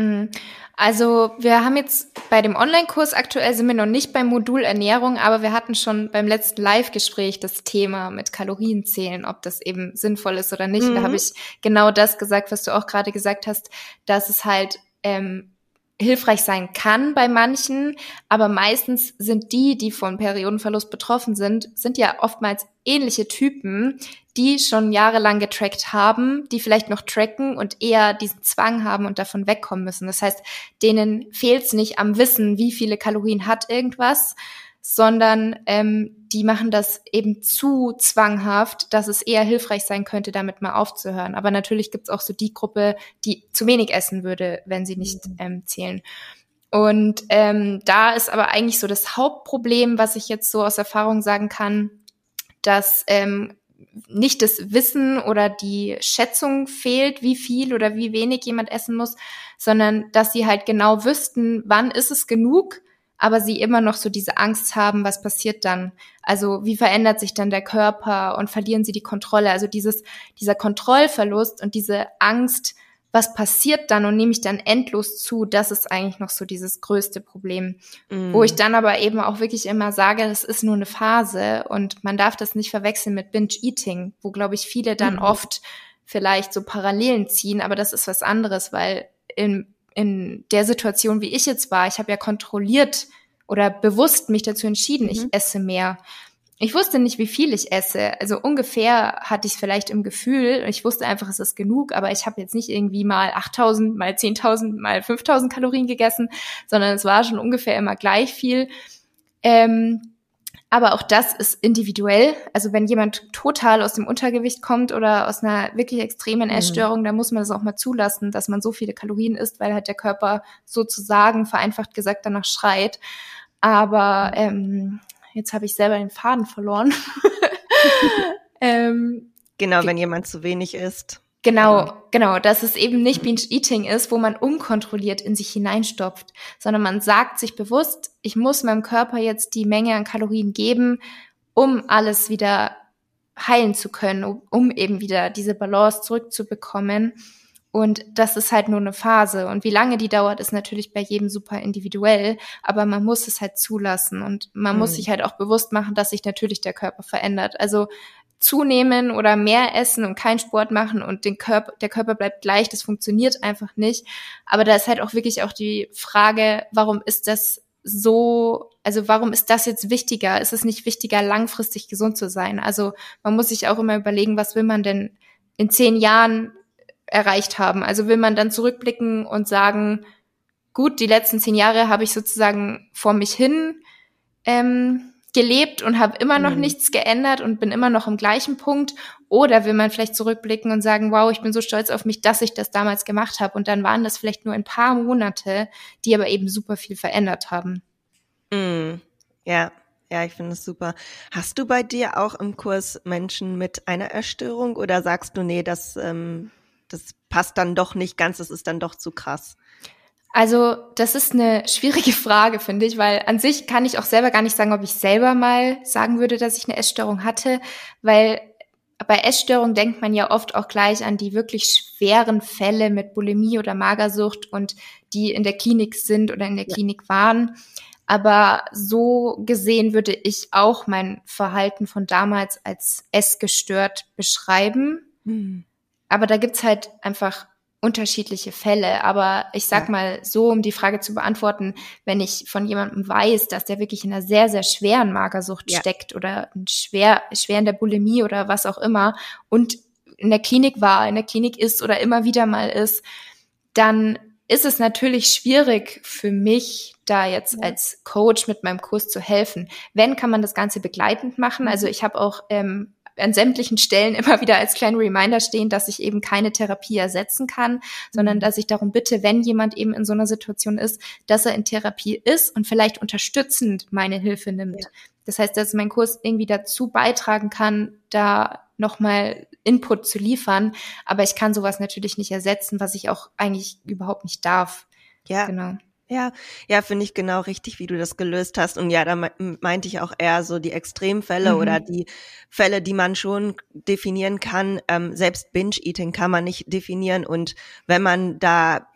Also wir haben jetzt bei dem Online-Kurs aktuell sind wir noch nicht beim Modul Ernährung, aber wir hatten schon beim letzten Live-Gespräch das Thema mit Kalorienzählen, ob das eben sinnvoll ist oder nicht. Und da habe ich genau das gesagt, was du auch gerade gesagt hast, dass es halt hilfreich sein kann bei manchen, aber meistens sind die von Periodenverlust betroffen sind ja oftmals ähnliche Typen, die schon jahrelang getrackt haben, die vielleicht noch tracken und eher diesen Zwang haben und davon wegkommen müssen. Das heißt, denen fehlt es nicht am Wissen, wie viele Kalorien hat irgendwas, sondern die machen das eben zu zwanghaft, dass es eher hilfreich sein könnte, damit mal aufzuhören. Aber natürlich gibt's auch so die Gruppe, die zu wenig essen würde, wenn sie nicht zählen. Und da ist aber eigentlich so das Hauptproblem, was ich jetzt so aus Erfahrung sagen kann, dass nicht das Wissen oder die Schätzung fehlt, wie viel oder wie wenig jemand essen muss, sondern dass sie halt genau wüssten, wann ist es genug, aber sie immer noch so diese Angst haben, was passiert dann? Also wie verändert sich dann der Körper und verlieren sie die Kontrolle? Also dieser Kontrollverlust und diese Angst, was passiert dann und nehme ich dann endlos zu, das ist eigentlich noch so dieses größte Problem. Wo ich dann aber eben auch wirklich immer sage, das ist nur eine Phase und man darf das nicht verwechseln mit Binge-Eating, wo, glaube ich, viele dann oft vielleicht so Parallelen ziehen, aber das ist was anderes, weil in der Situation, wie ich jetzt war, ich habe ja kontrolliert oder bewusst mich dazu entschieden, ich esse mehr. Ich wusste nicht, wie viel ich esse. Also ungefähr hatte ich es vielleicht im Gefühl. Ich wusste einfach, es ist genug, aber ich habe jetzt nicht irgendwie mal 8.000, mal 10.000, mal 5.000 Kalorien gegessen, sondern es war schon ungefähr immer gleich viel. Aber auch das ist individuell. Also wenn jemand total aus dem Untergewicht kommt oder aus einer wirklich extremen Essstörung, dann muss man das auch mal zulassen, dass man so viele Kalorien isst, weil halt der Körper sozusagen, vereinfacht gesagt, danach schreit. Aber jetzt habe ich selber den Faden verloren. Genau, wenn jemand zu wenig isst. Genau, dass es eben nicht Binge-Eating ist, wo man unkontrolliert in sich hineinstopft, sondern man sagt sich bewusst, ich muss meinem Körper jetzt die Menge an Kalorien geben, um alles wieder heilen zu können, um eben wieder diese Balance zurückzubekommen. Und das ist halt nur eine Phase. Und wie lange die dauert, ist natürlich bei jedem super individuell. Aber man muss es halt zulassen. Und man muss sich halt auch bewusst machen, dass sich natürlich der Körper verändert. Also zunehmen oder mehr essen und keinen Sport machen und der Körper bleibt gleich, das funktioniert einfach nicht. Aber da ist halt auch wirklich auch die Frage, warum ist das so, also warum ist das jetzt wichtiger? Ist es nicht wichtiger, langfristig gesund zu sein? Also man muss sich auch immer überlegen, was will man denn in 10 Jahren erreicht haben. Also will man dann zurückblicken und sagen, gut, die letzten 10 Jahre habe ich sozusagen vor mich hin gelebt und habe immer noch nichts geändert und bin immer noch im gleichen Punkt. Oder will man vielleicht zurückblicken und sagen, wow, ich bin so stolz auf mich, dass ich das damals gemacht habe. Und dann waren das vielleicht nur ein paar Monate, die aber eben super viel verändert haben. Ja, ich finde es super. Hast du bei dir auch im Kurs Menschen mit einer Essstörung oder sagst du, nee, das das passt dann doch nicht ganz, das ist dann doch zu krass? Also das ist eine schwierige Frage, finde ich, weil an sich kann ich auch selber gar nicht sagen, ob ich selber mal sagen würde, dass ich eine Essstörung hatte, weil bei Essstörung denkt man ja oft auch gleich an die wirklich schweren Fälle mit Bulimie oder Magersucht und die in der Klinik sind oder in der Klinik waren. Aber so gesehen würde ich auch mein Verhalten von damals als essgestört beschreiben. Aber da gibt's halt einfach unterschiedliche Fälle. Aber ich sag mal so, um die Frage zu beantworten, wenn ich von jemandem weiß, dass der wirklich in einer sehr, sehr schweren Magersucht steckt oder schwer in der Bulimie oder was auch immer und in der Klinik war, in der Klinik ist oder immer wieder mal ist, dann ist es natürlich schwierig für mich, da jetzt als Coach mit meinem Kurs zu helfen. Wenn, kann man das Ganze begleitend machen. Also ich habe auch an sämtlichen Stellen immer wieder als kleinen Reminder stehen, dass ich eben keine Therapie ersetzen kann, sondern dass ich darum bitte, wenn jemand eben in so einer Situation ist, dass er in Therapie ist und vielleicht unterstützend meine Hilfe nimmt. Ja. Das heißt, dass mein Kurs irgendwie dazu beitragen kann, da nochmal Input zu liefern, aber ich kann sowas natürlich nicht ersetzen, was ich auch eigentlich überhaupt nicht darf. Ja, genau. Ja, finde ich genau richtig, wie du das gelöst hast. Und ja, da meinte ich auch eher so die Extremfälle oder die Fälle, die man schon definieren kann. Selbst Binge-Eating kann man nicht definieren. Und wenn man da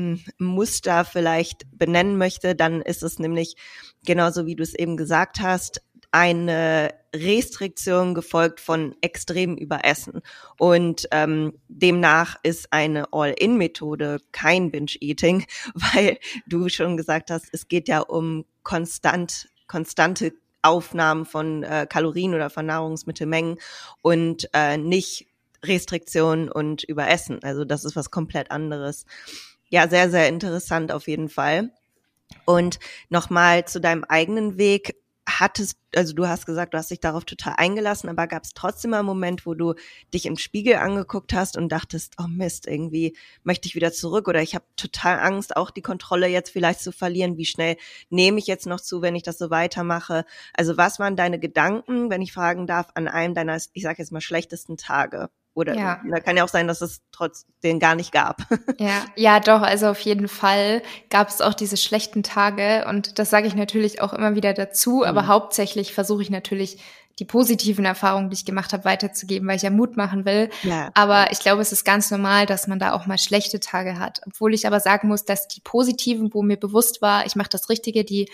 Muster vielleicht benennen möchte, dann ist es nämlich genauso, wie du es eben gesagt hast, eine Restriktion gefolgt von extremem Überessen. Und demnach ist eine All-In-Methode kein Binge-Eating, weil du schon gesagt hast, es geht ja um konstante Aufnahmen von Kalorien oder von Nahrungsmittelmengen und nicht Restriktion und Überessen. Also das ist was komplett anderes. Ja, sehr, sehr interessant auf jeden Fall. Und nochmal zu deinem eigenen Weg. Also du hast gesagt, du hast dich darauf total eingelassen, aber gab es trotzdem mal einen Moment, wo du dich im Spiegel angeguckt hast und dachtest, oh Mist, irgendwie möchte ich wieder zurück oder ich habe total Angst, auch die Kontrolle jetzt vielleicht zu verlieren. Wie schnell nehme ich jetzt noch zu, wenn ich das so weitermache? Also was waren deine Gedanken, wenn ich fragen darf, an einem deiner, ich sage jetzt mal, schlechtesten Tage? Oder da kann ja auch sein, dass es trotzdem gar nicht gab. Ja, doch, also auf jeden Fall gab es auch diese schlechten Tage und das sage ich natürlich auch immer wieder dazu, aber hauptsächlich versuche ich natürlich die positiven Erfahrungen, die ich gemacht habe, weiterzugeben, weil ich ja Mut machen will. Ja. Aber ich glaube, es ist ganz normal, dass man da auch mal schlechte Tage hat. Obwohl ich aber sagen muss, dass die positiven, wo mir bewusst war, ich mache das Richtige, die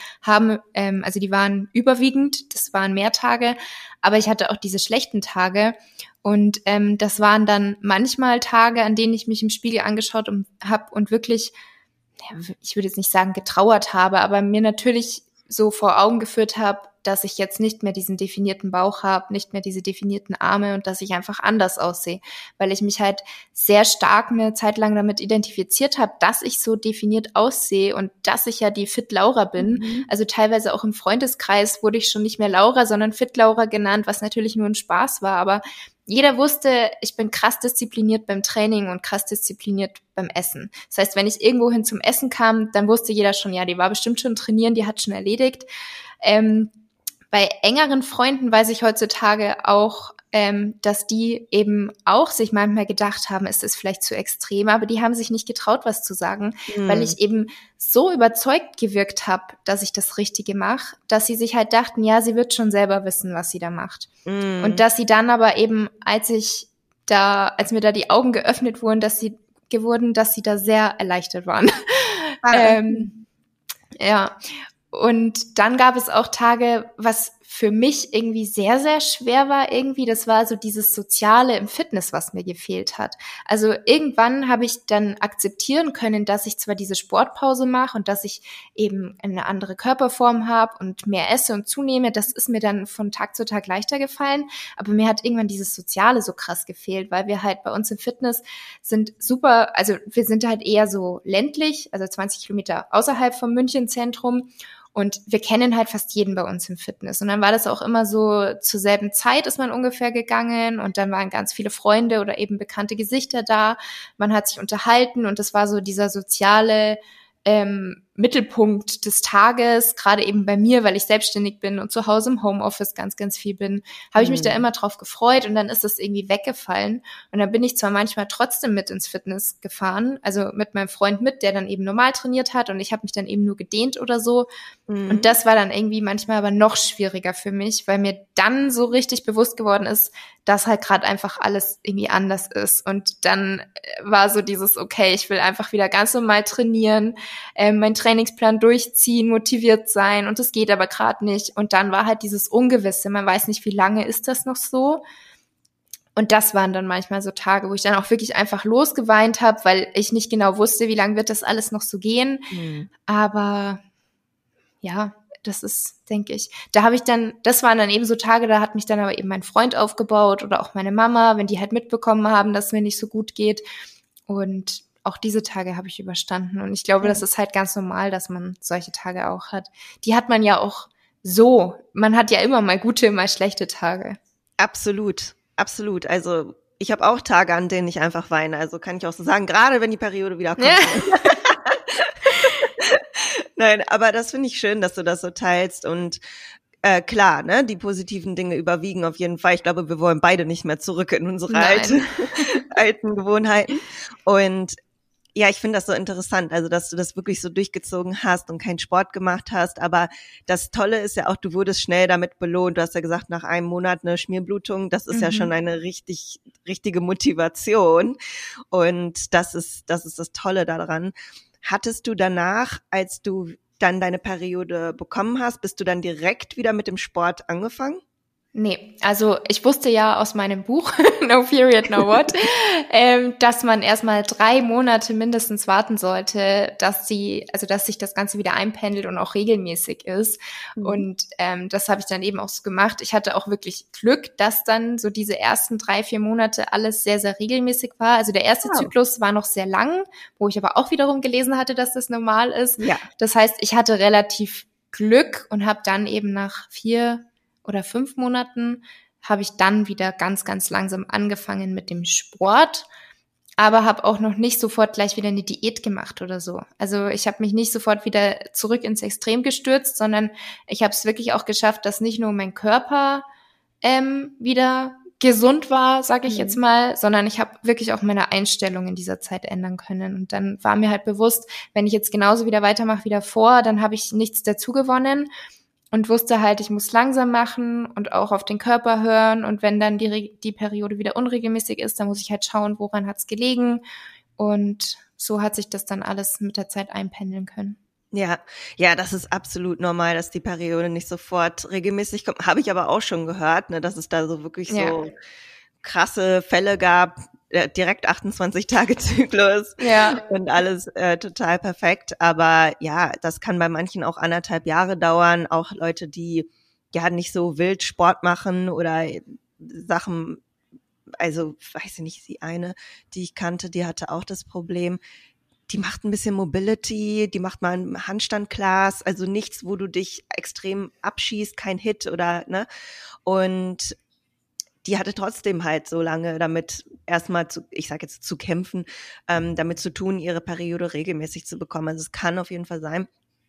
waren überwiegend, das waren mehr Tage, aber ich hatte auch diese schlechten Tage. Und das waren dann manchmal Tage, an denen ich mich im Spiegel angeschaut habe und wirklich, ich würde jetzt nicht sagen getrauert habe, aber mir natürlich so vor Augen geführt habe, dass ich jetzt nicht mehr diesen definierten Bauch habe, nicht mehr diese definierten Arme und dass ich einfach anders aussehe, weil ich mich halt sehr stark eine Zeit lang damit identifiziert habe, dass ich so definiert aussehe und dass ich ja die Fit Laura bin. Also teilweise auch im Freundeskreis wurde ich schon nicht mehr Laura, sondern Fit Laura genannt, was natürlich nur ein Spaß war, aber jeder wusste, ich bin krass diszipliniert beim Training und krass diszipliniert beim Essen. Das heißt, wenn ich irgendwo hin zum Essen kam, dann wusste jeder schon, ja, die war bestimmt schon trainieren, die hat schon erledigt. Bei engeren Freunden weiß ich heutzutage auch, dass die eben auch sich manchmal gedacht haben, ist das vielleicht zu extrem, aber die haben sich nicht getraut, was zu sagen, weil ich eben so überzeugt gewirkt habe, dass ich das Richtige mache, dass sie sich halt dachten, ja, sie wird schon selber wissen, was sie da macht. Und dass sie dann aber eben, als mir da die Augen geöffnet wurden, dass sie da sehr erleichtert waren. Ja. Und dann gab es auch Tage, was für mich irgendwie sehr, sehr schwer war irgendwie, das war so dieses Soziale im Fitness, was mir gefehlt hat. Also irgendwann habe ich dann akzeptieren können, dass ich zwar diese Sportpause mache und dass ich eben eine andere Körperform habe und mehr esse und zunehme, das ist mir dann von Tag zu Tag leichter gefallen, aber mir hat irgendwann dieses Soziale so krass gefehlt, weil wir halt bei uns im Fitness wir sind halt eher so ländlich, also 20 Kilometer außerhalb vom Münchenzentrum. Und wir kennen halt fast jeden bei uns im Fitness. Und dann war das auch immer so, zur selben Zeit ist man ungefähr gegangen und dann waren ganz viele Freunde oder eben bekannte Gesichter da. Man hat sich unterhalten und das war so dieser soziale Mittelpunkt des Tages, gerade eben bei mir, weil ich selbstständig bin und zu Hause im Homeoffice ganz, ganz viel bin, habe ich mich da immer drauf gefreut und dann ist das irgendwie weggefallen. Und dann bin ich zwar manchmal trotzdem mit ins Fitness gefahren, also mit meinem Freund mit, der dann eben normal trainiert hat und ich habe mich dann eben nur gedehnt oder so. Und das war dann irgendwie manchmal aber noch schwieriger für mich, weil mir dann so richtig bewusst geworden ist, dass halt gerade einfach alles irgendwie anders ist. Und dann war so dieses, okay, ich will einfach wieder ganz normal trainieren, meinen Trainingsplan durchziehen, motiviert sein und das geht aber gerade nicht. Und dann war halt dieses Ungewisse, man weiß nicht, wie lange ist das noch so. Und das waren dann manchmal so Tage, wo ich dann auch wirklich einfach losgeweint habe, weil ich nicht genau wusste, wie lange wird das alles noch so gehen. Aber ja, das ist, denke ich, da habe ich dann, das waren dann eben so Tage, da hat mich dann aber eben mein Freund aufgebaut oder auch meine Mama, wenn die halt mitbekommen haben, dass es mir nicht so gut geht. Und auch diese Tage habe ich überstanden. Und ich glaube, das ist halt ganz normal, dass man solche Tage auch hat. Die hat man ja auch so. Man hat ja immer mal gute, mal schlechte Tage. Absolut, absolut. Also ich habe auch Tage, an denen ich einfach weine. Also kann ich auch so sagen, gerade wenn die Periode wieder kommt. Nein, aber das finde ich schön, dass du das so teilst und klar, ne, die positiven Dinge überwiegen auf jeden Fall. Ich glaube, wir wollen beide nicht mehr zurück in unsere alten Gewohnheiten. Und ja, ich finde das so interessant, also dass du das wirklich so durchgezogen hast und keinen Sport gemacht hast. Aber das Tolle ist ja auch, du wurdest schnell damit belohnt. Du hast ja gesagt, nach einem Monat eine Schmierblutung, das ist ja schon eine richtige Motivation. Und das ist das Tolle daran. Hattest du danach, als du dann deine Periode bekommen hast, bist du dann direkt wieder mit dem Sport angefangen? Nee, also ich wusste ja aus meinem Buch No Period, No What, dass man erstmal 3 Monate mindestens warten sollte, dass sich das Ganze wieder einpendelt und auch regelmäßig ist. Und das habe ich dann eben auch so gemacht. Ich hatte auch wirklich Glück, dass dann so diese ersten 3, 4 Monate alles sehr, sehr regelmäßig war. Also der erste Zyklus war noch sehr lang, wo ich aber auch wiederum gelesen hatte, dass das normal ist. Ja. Das heißt, ich hatte relativ Glück und habe dann eben nach 4 oder 5 Monaten habe ich dann wieder ganz, ganz langsam angefangen mit dem Sport, aber habe auch noch nicht sofort gleich wieder eine Diät gemacht oder so. Also ich habe mich nicht sofort wieder zurück ins Extrem gestürzt, sondern ich habe es wirklich auch geschafft, dass nicht nur mein Körper wieder gesund war, sage ich jetzt mal, sondern ich habe wirklich auch meine Einstellung in dieser Zeit ändern können. Und dann war mir halt bewusst, wenn ich jetzt genauso wieder weitermache wie davor, dann habe ich nichts dazu gewonnen. Und wusste halt, ich muss langsam machen und auch auf den Körper hören. Und wenn dann die Periode wieder unregelmäßig ist, dann muss ich halt schauen, woran hat's gelegen. Und so hat sich das dann alles mit der Zeit einpendeln können. Ja, das ist absolut normal, dass die Periode nicht sofort regelmäßig kommt. Habe ich aber auch schon gehört, ne, dass es da so wirklich so krasse Fälle gab, direkt 28-Tage-Zyklus und alles total perfekt. Aber ja, das kann bei manchen auch 1,5 Jahre dauern. Auch Leute, die ja nicht so wild Sport machen oder Sachen, also weiß ich nicht, die eine, die ich kannte, die hatte auch das Problem, die macht ein bisschen Mobility, die macht mal ein Handstand-Class, also nichts, wo du dich extrem abschießt, kein Hit oder, ne? Und die hatte trotzdem halt so lange damit erstmal zu kämpfen, damit zu tun, ihre Periode regelmäßig zu bekommen. Also es kann auf jeden Fall sein.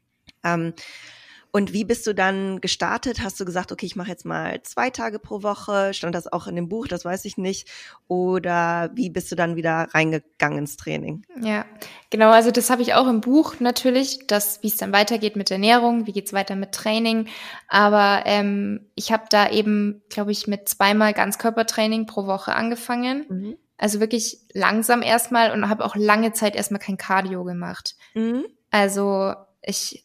Und wie bist du dann gestartet? Hast du gesagt, okay, ich mache jetzt mal 2 Tage pro Woche? Stand das auch in dem Buch? Das weiß ich nicht. Oder wie bist du dann wieder reingegangen ins Training? Ja, genau. Also das habe ich auch im Buch natürlich, wie es dann weitergeht mit Ernährung, wie geht's weiter mit Training. Aber ich habe da eben, glaube ich, mit 2-mal Ganzkörpertraining pro Woche angefangen. Also wirklich langsam erstmal und habe auch lange Zeit erstmal kein Cardio gemacht. Also ich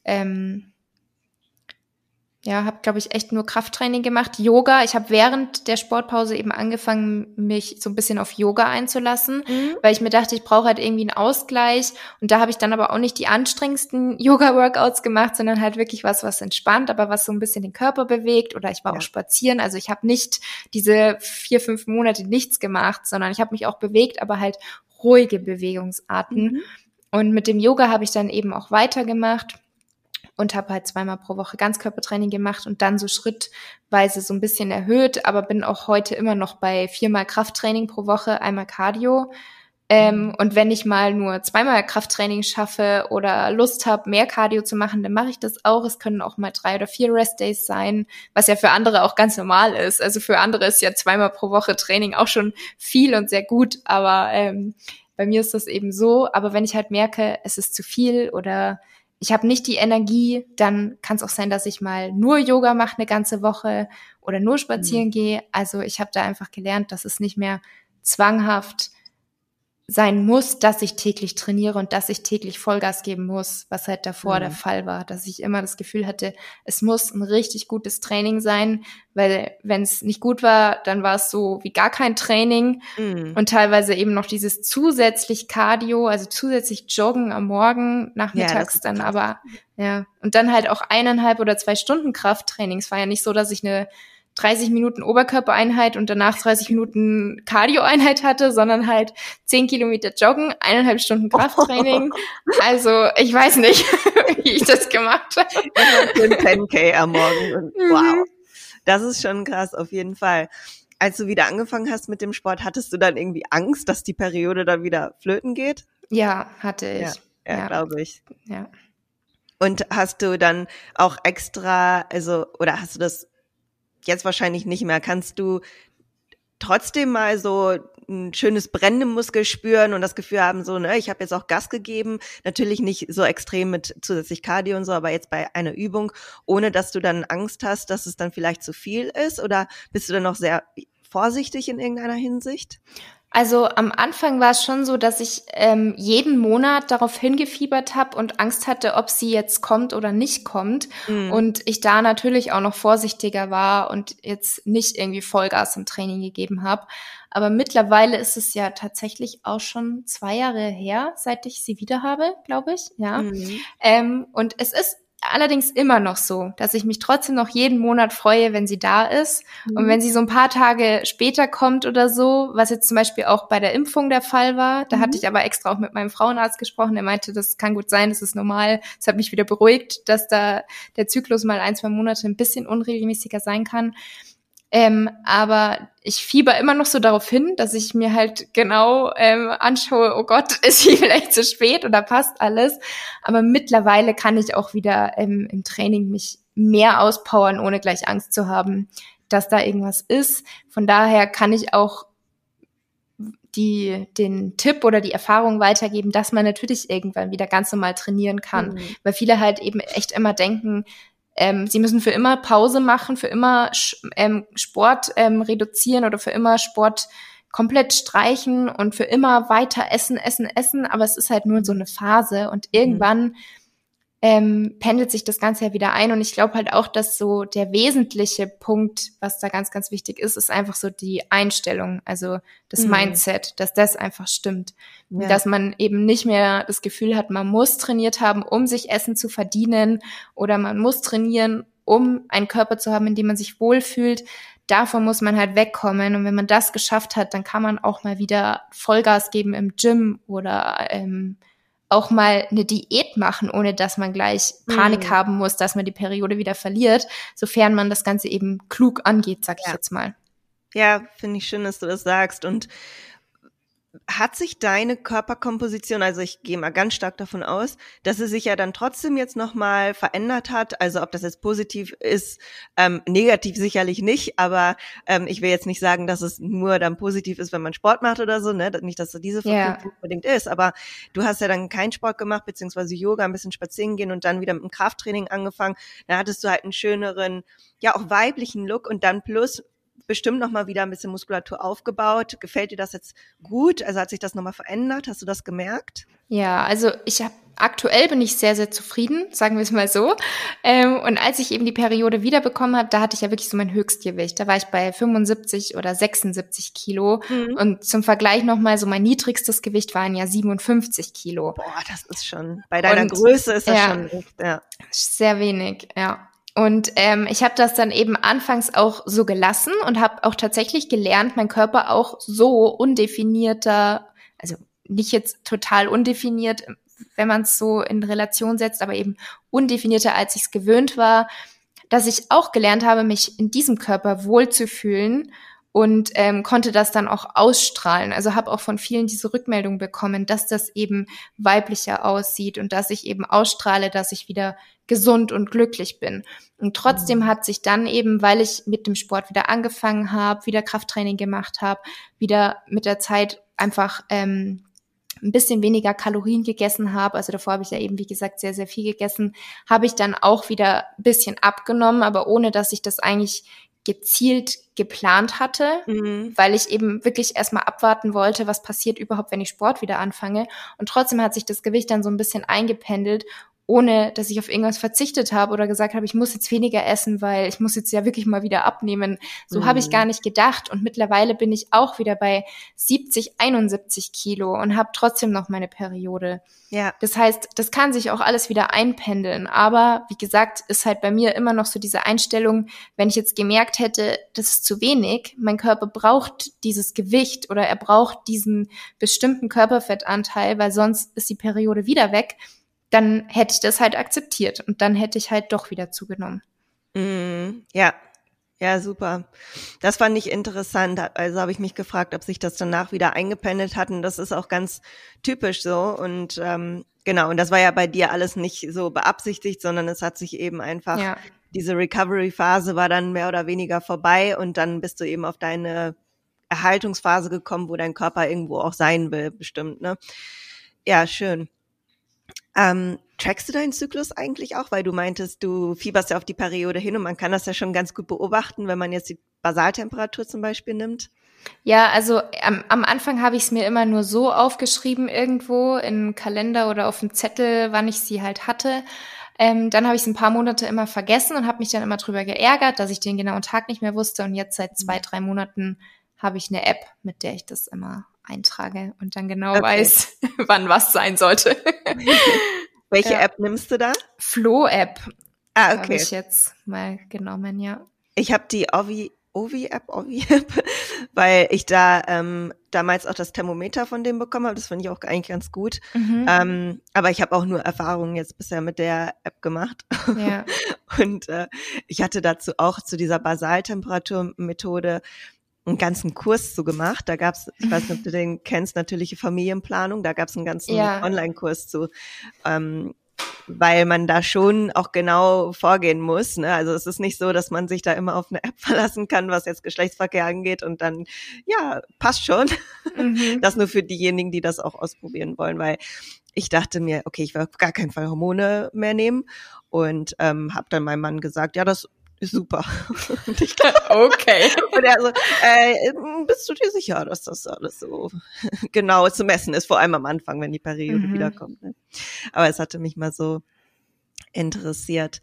habe, glaube ich, echt nur Krafttraining gemacht. Yoga, ich habe während der Sportpause eben angefangen, mich so ein bisschen auf Yoga einzulassen, weil ich mir dachte, ich brauche halt irgendwie einen Ausgleich. Und da habe ich dann aber auch nicht die anstrengendsten Yoga-Workouts gemacht, sondern halt wirklich was entspannt, aber was so ein bisschen den Körper bewegt. Oder ich war auch spazieren. Also ich habe nicht diese 4, 5 Monate nichts gemacht, sondern ich habe mich auch bewegt, aber halt ruhige Bewegungsarten. Und mit dem Yoga habe ich dann eben auch weitergemacht. Und habe halt 2-mal pro Woche Ganzkörpertraining gemacht und dann so schrittweise so ein bisschen erhöht, aber bin auch heute immer noch bei 4-mal Krafttraining pro Woche, 1-mal Cardio. Und wenn ich mal nur 2-mal Krafttraining schaffe oder Lust habe, mehr Cardio zu machen, dann mache ich das auch. Es können auch mal 3 oder 4 Restdays sein, was ja für andere auch ganz normal ist. Also für andere ist ja 2-mal pro Woche Training auch schon viel und sehr gut, aber bei mir ist das eben so. Aber wenn ich halt merke, es ist zu viel oder ich habe nicht die Energie, dann kann es auch sein, dass ich mal nur Yoga mache eine ganze Woche oder nur spazieren gehe. Also ich habe da einfach gelernt, dass es nicht mehr zwanghaft sein muss, dass ich täglich trainiere und dass ich täglich Vollgas geben muss, was halt davor der Fall war, dass ich immer das Gefühl hatte, es muss ein richtig gutes Training sein, weil wenn es nicht gut war, dann war es so wie gar kein Training und teilweise eben noch dieses zusätzlich Cardio, also zusätzlich Joggen am Morgen, nachmittags dann krass. Aber, ja, und dann halt auch 1,5 oder 2 Stunden Krafttraining. Es war ja nicht so, dass ich eine 30 Minuten Oberkörpereinheit und danach 30 Minuten Cardio-Einheit hatte, sondern halt 10 Kilometer Joggen, 1,5 Stunden Krafttraining. Also ich weiß nicht, wie ich das gemacht habe. 10K am Morgen. Wow, das ist schon krass, auf jeden Fall. Als du wieder angefangen hast mit dem Sport, hattest du dann irgendwie Angst, dass die Periode dann wieder flöten geht? Ja, hatte ich. Ja. Glaube ich. Ja. Und hast du dann auch extra, oder hast du das jetzt wahrscheinlich nicht mehr? Kannst du trotzdem mal so ein schönes Brennen im Muskel spüren und das Gefühl haben, so, ne, ich habe jetzt auch Gas gegeben, natürlich nicht so extrem mit zusätzlich Cardio und so, aber jetzt bei einer Übung, ohne dass du dann Angst hast, dass es dann vielleicht zu viel ist? Oder bist du dann noch sehr vorsichtig in irgendeiner Hinsicht? Also am Anfang war es schon so, dass ich jeden Monat darauf hingefiebert habe und Angst hatte, ob sie jetzt kommt oder nicht kommt. Und ich da natürlich auch noch vorsichtiger war und jetzt nicht irgendwie Vollgas im Training gegeben habe. Aber mittlerweile ist es ja tatsächlich auch schon 2 Jahre her, seit ich sie wieder habe, glaube ich. Ja. Und es ist allerdings immer noch so, dass ich mich trotzdem noch jeden Monat freue, wenn sie da ist. Und wenn sie so ein paar Tage später kommt oder so, was jetzt zum Beispiel auch bei der Impfung der Fall war, da hatte ich aber extra auch mit meinem Frauenarzt gesprochen, der meinte, das kann gut sein, das ist normal. Das hat mich wieder beruhigt, dass da der Zyklus mal 1-2 Monate ein bisschen unregelmäßiger sein kann. Aber ich fieber immer noch so darauf hin, dass ich mir halt genau anschaue, oh Gott, ist sie vielleicht zu spät oder passt alles. Aber mittlerweile kann ich auch wieder im Training mich mehr auspowern, ohne gleich Angst zu haben, dass da irgendwas ist. Von daher kann ich auch den Tipp oder die Erfahrung weitergeben, dass man natürlich irgendwann wieder ganz normal trainieren kann. Weil viele halt eben echt immer denken, sie müssen für immer Pause machen, für immer Sport reduzieren oder für immer Sport komplett streichen und für immer weiter essen. Aber es ist halt nur so eine Phase und irgendwann pendelt sich das Ganze ja wieder ein. Und ich glaube halt auch, dass so der wesentliche Punkt, was da ganz, ganz wichtig ist, ist einfach so die Einstellung, also das Mindset, dass das einfach stimmt. Ja. Dass man eben nicht mehr das Gefühl hat, man muss trainiert haben, um sich Essen zu verdienen oder man muss trainieren, um einen Körper zu haben, in dem man sich wohlfühlt. Davon muss man halt wegkommen. Und wenn man das geschafft hat, dann kann man auch mal wieder Vollgas geben im Gym oder auch mal eine Diät machen, ohne dass man gleich Panik haben muss, dass man die Periode wieder verliert, sofern man das Ganze eben klug angeht, sag ich jetzt mal. Ja, finde ich schön, dass du das sagst. Und hat sich deine Körperkomposition, also ich gehe mal ganz stark davon aus, dass sie sich ja dann trotzdem jetzt nochmal verändert hat, also ob das jetzt positiv ist, negativ sicherlich nicht, aber ich will jetzt nicht sagen, dass es nur dann positiv ist, wenn man Sport macht oder so, ne, nicht, dass so diese Verknüpfung unbedingt ist, aber du hast ja dann keinen Sport gemacht, beziehungsweise Yoga, ein bisschen spazieren gehen und dann wieder mit dem Krafttraining angefangen, da hattest du halt einen schöneren, ja auch weiblichen Look und dann plus bestimmt noch mal wieder ein bisschen Muskulatur aufgebaut. Gefällt dir das jetzt gut? Also hat sich das noch mal verändert? Hast du das gemerkt? Ja, also aktuell bin ich sehr, sehr zufrieden, sagen wir es mal so. Und als ich eben die Periode wiederbekommen habe, da hatte ich ja wirklich so mein Höchstgewicht. Da war ich bei 75 oder 76 Kilo. Und zum Vergleich nochmal, so mein niedrigstes Gewicht waren ja 57 Kilo. Boah, das ist schon, bei deiner Größe ist das schon echt, sehr wenig, ja. Und ich habe das dann eben anfangs auch so gelassen und habe auch tatsächlich gelernt, meinen Körper auch so undefinierter, also nicht jetzt total undefiniert, wenn man es so in Relation setzt, aber eben undefinierter, als ich es gewöhnt war, dass ich auch gelernt habe, mich in diesem Körper wohlzufühlen und konnte das dann auch ausstrahlen. Also habe auch von vielen diese Rückmeldung bekommen, dass das eben weiblicher aussieht und dass ich eben ausstrahle, dass ich wieder gesund und glücklich bin. Und trotzdem hat sich dann eben, weil ich mit dem Sport wieder angefangen habe, wieder Krafttraining gemacht habe, wieder mit der Zeit einfach ein bisschen weniger Kalorien gegessen habe, also davor habe ich ja eben, wie gesagt, sehr, sehr viel gegessen, habe ich dann auch wieder ein bisschen abgenommen, aber ohne, dass ich das eigentlich gezielt geplant hatte, weil ich eben wirklich erstmal abwarten wollte, was passiert überhaupt, wenn ich Sport wieder anfange. Und trotzdem hat sich das Gewicht dann so ein bisschen eingependelt, ohne dass ich auf irgendwas verzichtet habe oder gesagt habe, ich muss jetzt weniger essen, weil ich muss jetzt ja wirklich mal wieder abnehmen. So habe ich gar nicht gedacht. Und mittlerweile bin ich auch wieder bei 70, 71 Kilo und habe trotzdem noch meine Periode. Ja. Das heißt, das kann sich auch alles wieder einpendeln. Aber wie gesagt, ist halt bei mir immer noch so diese Einstellung, wenn ich jetzt gemerkt hätte, das ist zu wenig, mein Körper braucht dieses Gewicht oder er braucht diesen bestimmten Körperfettanteil, weil sonst ist die Periode wieder weg, dann hätte ich das halt akzeptiert und dann hätte ich halt doch wieder zugenommen. Ja, ja, super. Das fand ich interessant. Also habe ich mich gefragt, ob sich das danach wieder eingependelt hat. Und das ist auch ganz typisch so. Und genau, und das war ja bei dir alles nicht so beabsichtigt, sondern es hat sich eben einfach, diese Recovery-Phase war dann mehr oder weniger vorbei und dann bist du eben auf deine Erhaltungsphase gekommen, wo dein Körper irgendwo auch sein will, bestimmt, ne? Ja, schön. Trackst du deinen Zyklus eigentlich auch? Weil du meintest, du fieberst ja auf die Periode hin und man kann das ja schon ganz gut beobachten, wenn man jetzt die Basaltemperatur zum Beispiel nimmt. Ja, also am Anfang habe ich es mir immer nur so aufgeschrieben irgendwo in einen Kalender oder auf einen Zettel, wann ich sie halt hatte. Dann habe ich es ein paar Monate immer vergessen und habe mich dann immer drüber geärgert, dass ich den genauen Tag nicht mehr wusste. Und jetzt seit 2-3 Monaten habe ich eine App, mit der ich das immer eintrage und dann genau weiß, wann was sein sollte. Welche App nimmst du da? Flo-App. Ah, okay. Habe ich jetzt mal genommen, ja. Ich habe die Ovi-App, weil ich da damals auch das Thermometer von dem bekommen habe. Das fand ich auch eigentlich ganz gut. Aber ich habe auch nur Erfahrungen jetzt bisher mit der App gemacht. Ja. Und ich hatte dazu auch zu dieser Basaltemperaturmethode einen ganzen Kurs zu gemacht. Da gab's, ich weiß nicht, ob du den kennst, natürliche Familienplanung. Da gab's einen ganzen Online-Kurs zu, weil man da schon auch genau vorgehen muss. Ne? Also es ist nicht so, dass man sich da immer auf eine App verlassen kann, was jetzt Geschlechtsverkehr angeht und dann, ja, passt schon. Das nur für diejenigen, die das auch ausprobieren wollen, weil ich dachte mir, okay, ich will auf gar keinen Fall Hormone mehr nehmen und habe dann meinem Mann gesagt, ja, das ist super. Und ich dachte, okay. Und er so, bist du dir sicher, dass das alles so genau zu messen ist, vor allem am Anfang, wenn die Periode wiederkommt. Ne? Aber es hatte mich mal so interessiert.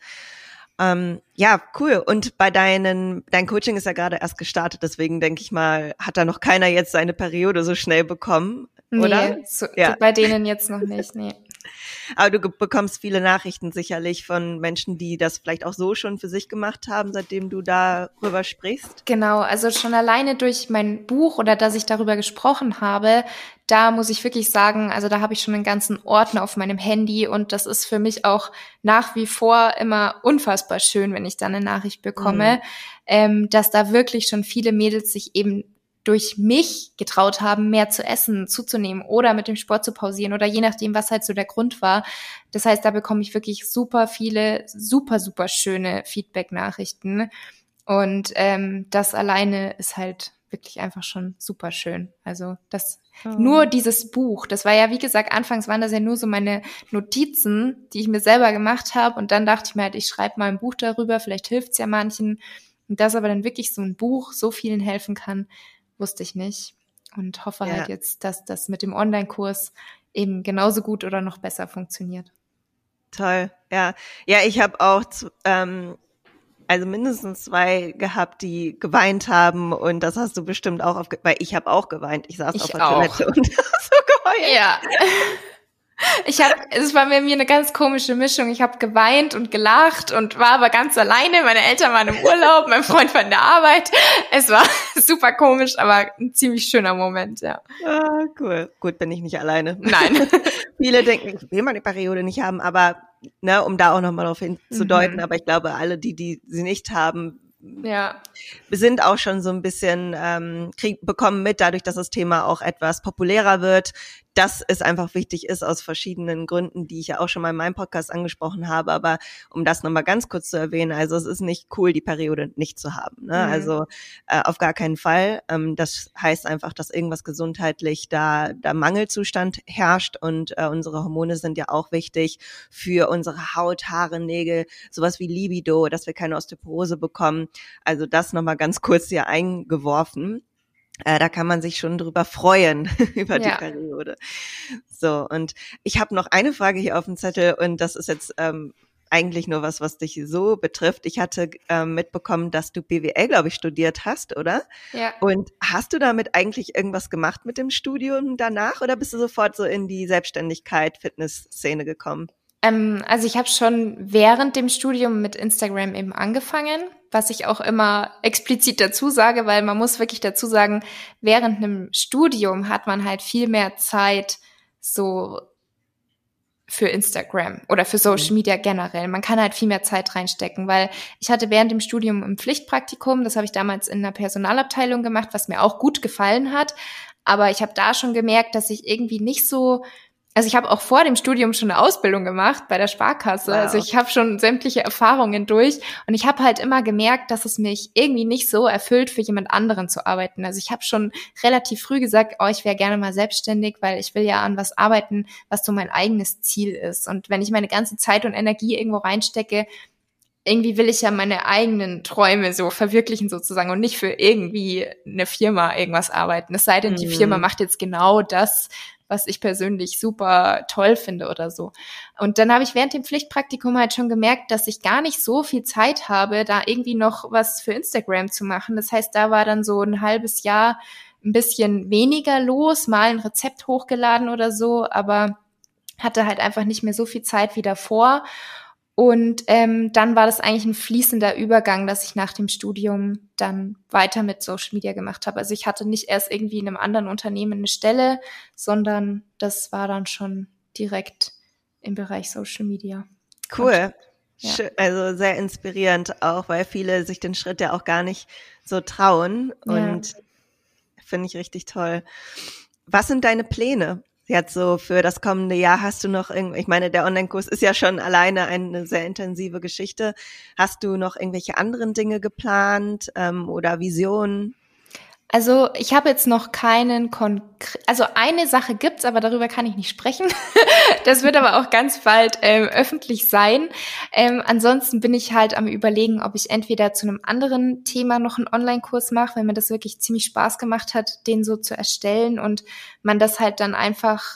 Ja, cool. Und bei dein Coaching ist ja gerade erst gestartet, deswegen denke ich mal, hat da noch keiner jetzt seine Periode so schnell bekommen, oder? Nee, bei denen jetzt noch nicht, nee. Aber du bekommst viele Nachrichten sicherlich von Menschen, die das vielleicht auch so schon für sich gemacht haben, seitdem du darüber sprichst. Genau, also schon alleine durch mein Buch oder dass ich darüber gesprochen habe, da muss ich wirklich sagen, also da habe ich schon einen ganzen Ordner auf meinem Handy und das ist für mich auch nach wie vor immer unfassbar schön, wenn ich da eine Nachricht bekomme, dass da wirklich schon viele Mädels sich eben durch mich getraut haben, mehr zu essen, zuzunehmen oder mit dem Sport zu pausieren oder je nachdem, was halt so der Grund war. Das heißt, da bekomme ich wirklich super viele, super, super schöne Feedback-Nachrichten und das alleine ist halt wirklich einfach schon super schön. Also das nur dieses Buch, das war ja, wie gesagt, anfangs waren das ja nur so meine Notizen, die ich mir selber gemacht habe und dann dachte ich mir halt, ich schreibe mal ein Buch darüber, vielleicht hilft's ja manchen. Und dass aber dann wirklich so ein Buch so vielen helfen kann, wusste ich nicht und hoffe halt jetzt, dass das mit dem Online-Kurs eben genauso gut oder noch besser funktioniert. Toll, ja. Ja, ich habe auch also mindestens 2 gehabt, die geweint haben und das hast du bestimmt auch weil ich habe auch geweint. Ich saß auf der Toilette und so geheult. Ja. Es war mir eine ganz komische Mischung. Ich habe geweint und gelacht und war aber ganz alleine. Meine Eltern waren im Urlaub, mein Freund war in der Arbeit. Es war super komisch, aber ein ziemlich schöner Moment, ja. Ah, cool. Gut, bin ich nicht alleine. Nein. Viele denken, ich will meine Periode nicht haben, aber ne, um da auch nochmal darauf hinzudeuten, aber ich glaube, alle, die sie nicht haben, Ja. Wir sind auch schon so ein bisschen, bekommen mit, dadurch, dass das Thema auch etwas populärer wird, dass es einfach wichtig ist aus verschiedenen Gründen, die ich ja auch schon mal in meinem Podcast angesprochen habe. Aber um das nochmal ganz kurz zu erwähnen, also es ist nicht cool, die Periode nicht zu haben. Ne? Also auf gar keinen Fall. Das heißt einfach, dass irgendwas gesundheitlich da Mangelzustand herrscht und unsere Hormone sind ja auch wichtig für unsere Haut, Haare, Nägel, sowas wie Libido, dass wir keine Osteoporose bekommen. Also das nochmal ganz kurz hier eingeworfen. Da kann man sich schon drüber freuen, über die Periode. So, und ich habe noch eine Frage hier auf dem Zettel und das ist jetzt eigentlich nur was dich so betrifft. Ich hatte mitbekommen, dass du BWL, glaube ich, studiert hast, oder? Ja. Und hast du damit eigentlich irgendwas gemacht mit dem Studium danach oder bist du sofort so in die Selbstständigkeit, Fitnessszene gekommen? Also ich habe schon während dem Studium mit Instagram eben angefangen, was ich auch immer explizit dazu sage, weil man muss wirklich dazu sagen, während einem Studium hat man halt viel mehr Zeit so für Instagram oder für Social Media generell. Man kann halt viel mehr Zeit reinstecken, weil ich hatte während dem Studium ein Pflichtpraktikum, das habe ich damals in einer Personalabteilung gemacht, was mir auch gut gefallen hat, aber ich habe da schon gemerkt, dass ich irgendwie nicht so. Also ich habe auch vor dem Studium schon eine Ausbildung gemacht bei der Sparkasse. Wow. Also ich habe schon sämtliche Erfahrungen durch und ich habe halt immer gemerkt, dass es mich irgendwie nicht so erfüllt, für jemand anderen zu arbeiten. Also ich habe schon relativ früh gesagt, ich wäre gerne mal selbstständig, weil ich will ja an was arbeiten, was so mein eigenes Ziel ist. Und wenn ich meine ganze Zeit und Energie irgendwo reinstecke, irgendwie will ich ja meine eigenen Träume so verwirklichen sozusagen und nicht für irgendwie eine Firma irgendwas arbeiten. Es sei denn, die Firma macht jetzt genau das, was ich persönlich super toll finde oder so. Und dann habe ich während dem Pflichtpraktikum halt schon gemerkt, dass ich gar nicht so viel Zeit habe, da irgendwie noch was für Instagram zu machen. Das heißt, da war dann so ein halbes Jahr ein bisschen weniger los, mal ein Rezept hochgeladen oder so, aber hatte halt einfach nicht mehr so viel Zeit wie davor. Und dann war das eigentlich ein fließender Übergang, dass ich nach dem Studium dann weiter mit Social Media gemacht habe. Also ich hatte nicht erst irgendwie in einem anderen Unternehmen eine Stelle, sondern das war dann schon direkt im Bereich Social Media. Cool. Und, ja. Also sehr inspirierend auch, weil viele sich den Schritt ja auch gar nicht so trauen. Und finde ich richtig toll. Was sind deine Pläne? Jetzt so für das kommende Jahr hast du noch ich meine, der Online-Kurs ist ja schon alleine eine sehr intensive Geschichte. Hast du noch irgendwelche anderen Dinge geplant oder Visionen? Also ich habe jetzt noch keinen also eine Sache gibt's, aber darüber kann ich nicht sprechen. Das wird aber auch ganz bald öffentlich sein. Ansonsten bin ich halt am Überlegen, ob ich entweder zu einem anderen Thema noch einen Online-Kurs mache, weil mir das wirklich ziemlich Spaß gemacht hat, den so zu erstellen und man das halt dann einfach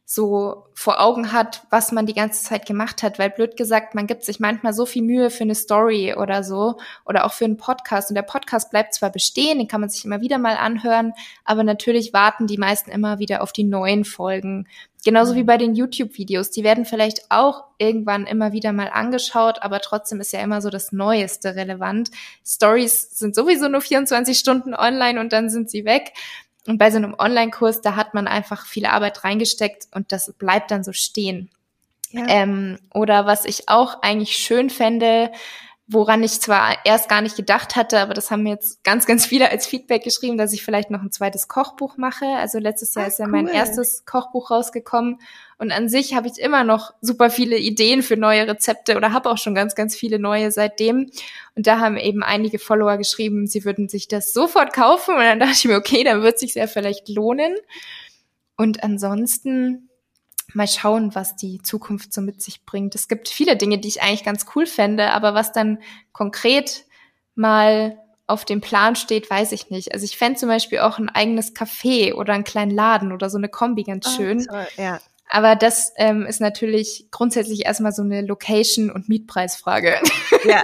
so vor Augen hat, was man die ganze Zeit gemacht hat, weil blöd gesagt, man gibt sich manchmal so viel Mühe für eine Story oder so oder auch für einen Podcast und der Podcast bleibt zwar bestehen, den kann man sich immer wieder mal anhören, aber natürlich warten die meisten immer wieder auf die neuen Folgen. Genauso wie bei den YouTube-Videos, die werden vielleicht auch irgendwann immer wieder mal angeschaut, aber trotzdem ist ja immer so das Neueste relevant. Stories sind sowieso nur 24 Stunden online und dann sind sie weg. Und bei so einem Online-Kurs, da hat man einfach viel Arbeit reingesteckt und das bleibt dann so stehen. Ja. Oder was ich auch eigentlich schön fände, woran ich zwar erst gar nicht gedacht hatte, aber das haben mir jetzt ganz, ganz viele als Feedback geschrieben, dass ich vielleicht noch ein zweites Kochbuch mache. Also letztes Jahr ist ja mein erstes Kochbuch rausgekommen und an sich habe ich immer noch super viele Ideen für neue Rezepte oder habe auch schon ganz, ganz viele neue seitdem. Und da haben eben einige Follower geschrieben, sie würden sich das sofort kaufen und dann dachte ich mir, okay, dann wird es sich ja vielleicht lohnen. Und ansonsten mal schauen, was die Zukunft so mit sich bringt. Es gibt viele Dinge, die ich eigentlich ganz cool fände, aber was dann konkret mal auf dem Plan steht, weiß ich nicht. Also ich fände zum Beispiel auch ein eigenes Café oder einen kleinen Laden oder so eine Kombi ganz schön. Toll, ja. Aber das ist natürlich grundsätzlich erstmal so eine Location- und Mietpreisfrage. Ja.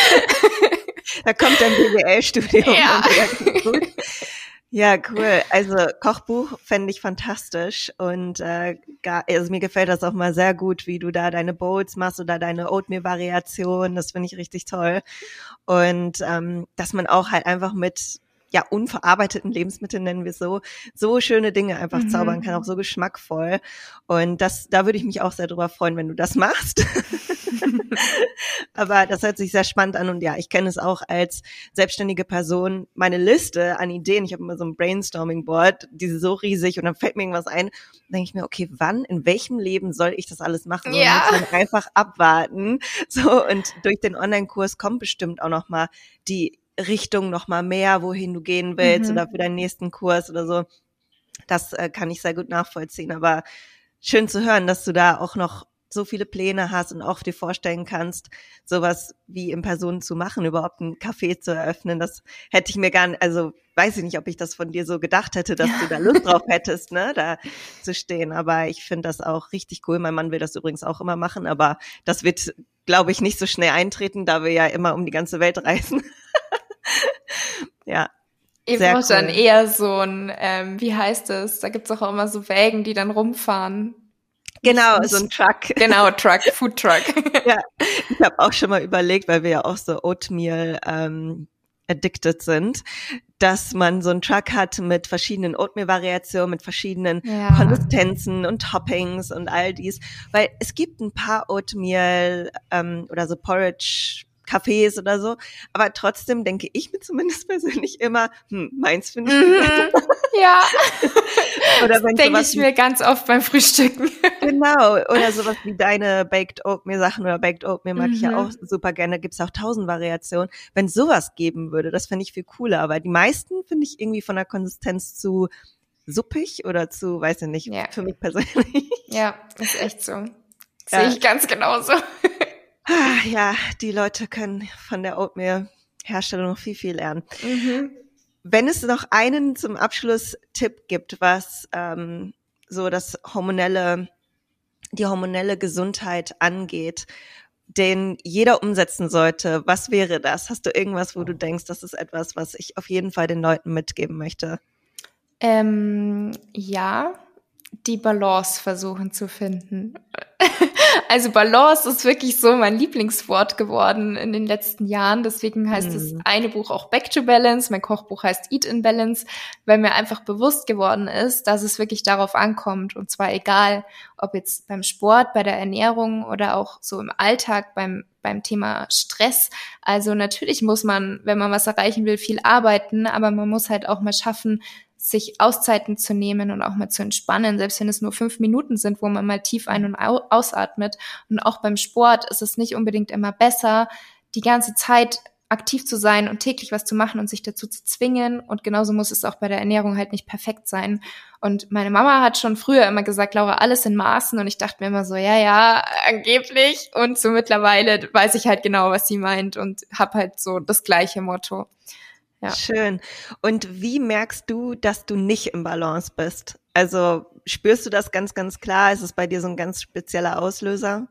Da kommt dein BWL-Studium. Ja. Gut. Ja, cool. Also Kochbuch fände ich fantastisch und also mir gefällt das auch mal sehr gut, wie du da deine Bowls machst oder deine Oatmeal-Variation. Das finde ich richtig toll. Und dass man auch halt einfach mit unverarbeiteten Lebensmitteln, nennen wir es so schöne Dinge einfach zaubern kann, auch so geschmackvoll. Und da würde ich mich auch sehr drüber freuen, wenn du das machst. Aber das hört sich sehr spannend an und ja, ich kenne es auch als selbstständige Person. Meine Liste an Ideen, ich habe immer so ein Brainstorming-Board, die ist so riesig und dann fällt mir irgendwas ein, dann denke ich mir, okay, wann, in welchem Leben soll ich das alles machen? Und muss dann einfach abwarten. So, und durch den Online-Kurs kommt bestimmt auch nochmal die Richtung nochmal mehr, wohin du gehen willst oder für deinen nächsten Kurs oder so. Das kann ich sehr gut nachvollziehen, aber schön zu hören, dass du da auch noch so viele Pläne hast und auch dir vorstellen kannst, sowas wie in Person zu machen, überhaupt ein Café zu eröffnen. Das hätte ich mir gar nicht, also weiß ich nicht, ob ich das von dir so gedacht hätte, dass du da Lust drauf hättest, ne, da zu stehen. Aber ich finde das auch richtig cool. Mein Mann will das übrigens auch immer machen, aber das wird, glaube ich, nicht so schnell eintreten, da wir ja immer um die ganze Welt reisen. Ja. Ihr braucht dann eher so ein, wie heißt es? Da gibt's auch immer so Wägen, die dann rumfahren. Genau, so ein Truck. Genau, Truck, Food Truck. Ja, ich habe auch schon mal überlegt, weil wir ja auch so Oatmeal addicted sind, dass man so einen Truck hat mit verschiedenen Oatmeal-Variationen, mit verschiedenen Konsistenzen und Toppings und all dies. Weil es gibt ein paar Oatmeal oder so Porridge Cafés oder so, aber trotzdem denke ich mir zumindest persönlich immer, meins finde ich besser. Ja, oder wenn denke ich mir ganz oft beim Frühstücken. Genau, oder sowas wie deine Baked Oatmeal Sachen oder Baked Oatmeal mag ich ja auch super gerne, gibt's auch 1000 Variationen. Wenn es sowas geben würde, das fände ich viel cooler, aber die meisten finde ich irgendwie von der Konsistenz zu suppig oder zu, weiß ich nicht, für mich persönlich. Ja, ist echt so. Sehe ich ganz genauso. Ja, die Leute können von der Oatmeal-Herstellung noch viel, viel lernen. Wenn es noch einen zum Abschluss Tipp gibt, was so die hormonelle Gesundheit angeht, den jeder umsetzen sollte, was wäre das? Hast du irgendwas, wo du denkst, das ist etwas, was ich auf jeden Fall den Leuten mitgeben möchte? Ja, die Balance versuchen zu finden. Also Balance ist wirklich so mein Lieblingswort geworden in den letzten Jahren. Deswegen heißt das eine Buch auch Back to Balance. Mein Kochbuch heißt Eat in Balance, weil mir einfach bewusst geworden ist, dass es wirklich darauf ankommt. Und zwar egal, ob jetzt beim Sport, bei der Ernährung oder auch so im Alltag beim Thema Stress. Also natürlich muss man, wenn man was erreichen will, viel arbeiten, aber man muss halt auch mal schaffen, sich Auszeiten zu nehmen und auch mal zu entspannen, selbst wenn es nur 5 Minuten sind, wo man mal tief ein- und ausatmet. Und auch beim Sport ist es nicht unbedingt immer besser, die ganze Zeit aktiv zu sein und täglich was zu machen und sich dazu zu zwingen. Und genauso muss es auch bei der Ernährung halt nicht perfekt sein. Und meine Mama hat schon früher immer gesagt, Laura, alles in Maßen. Und ich dachte mir immer so, ja, angeblich. Und so mittlerweile weiß ich halt genau, was sie meint und habe halt so das gleiche Motto. Ja. Schön. Und wie merkst du, dass du nicht im Balance bist? Also spürst du das ganz, ganz klar? Ist es bei dir so ein ganz spezieller Auslöser?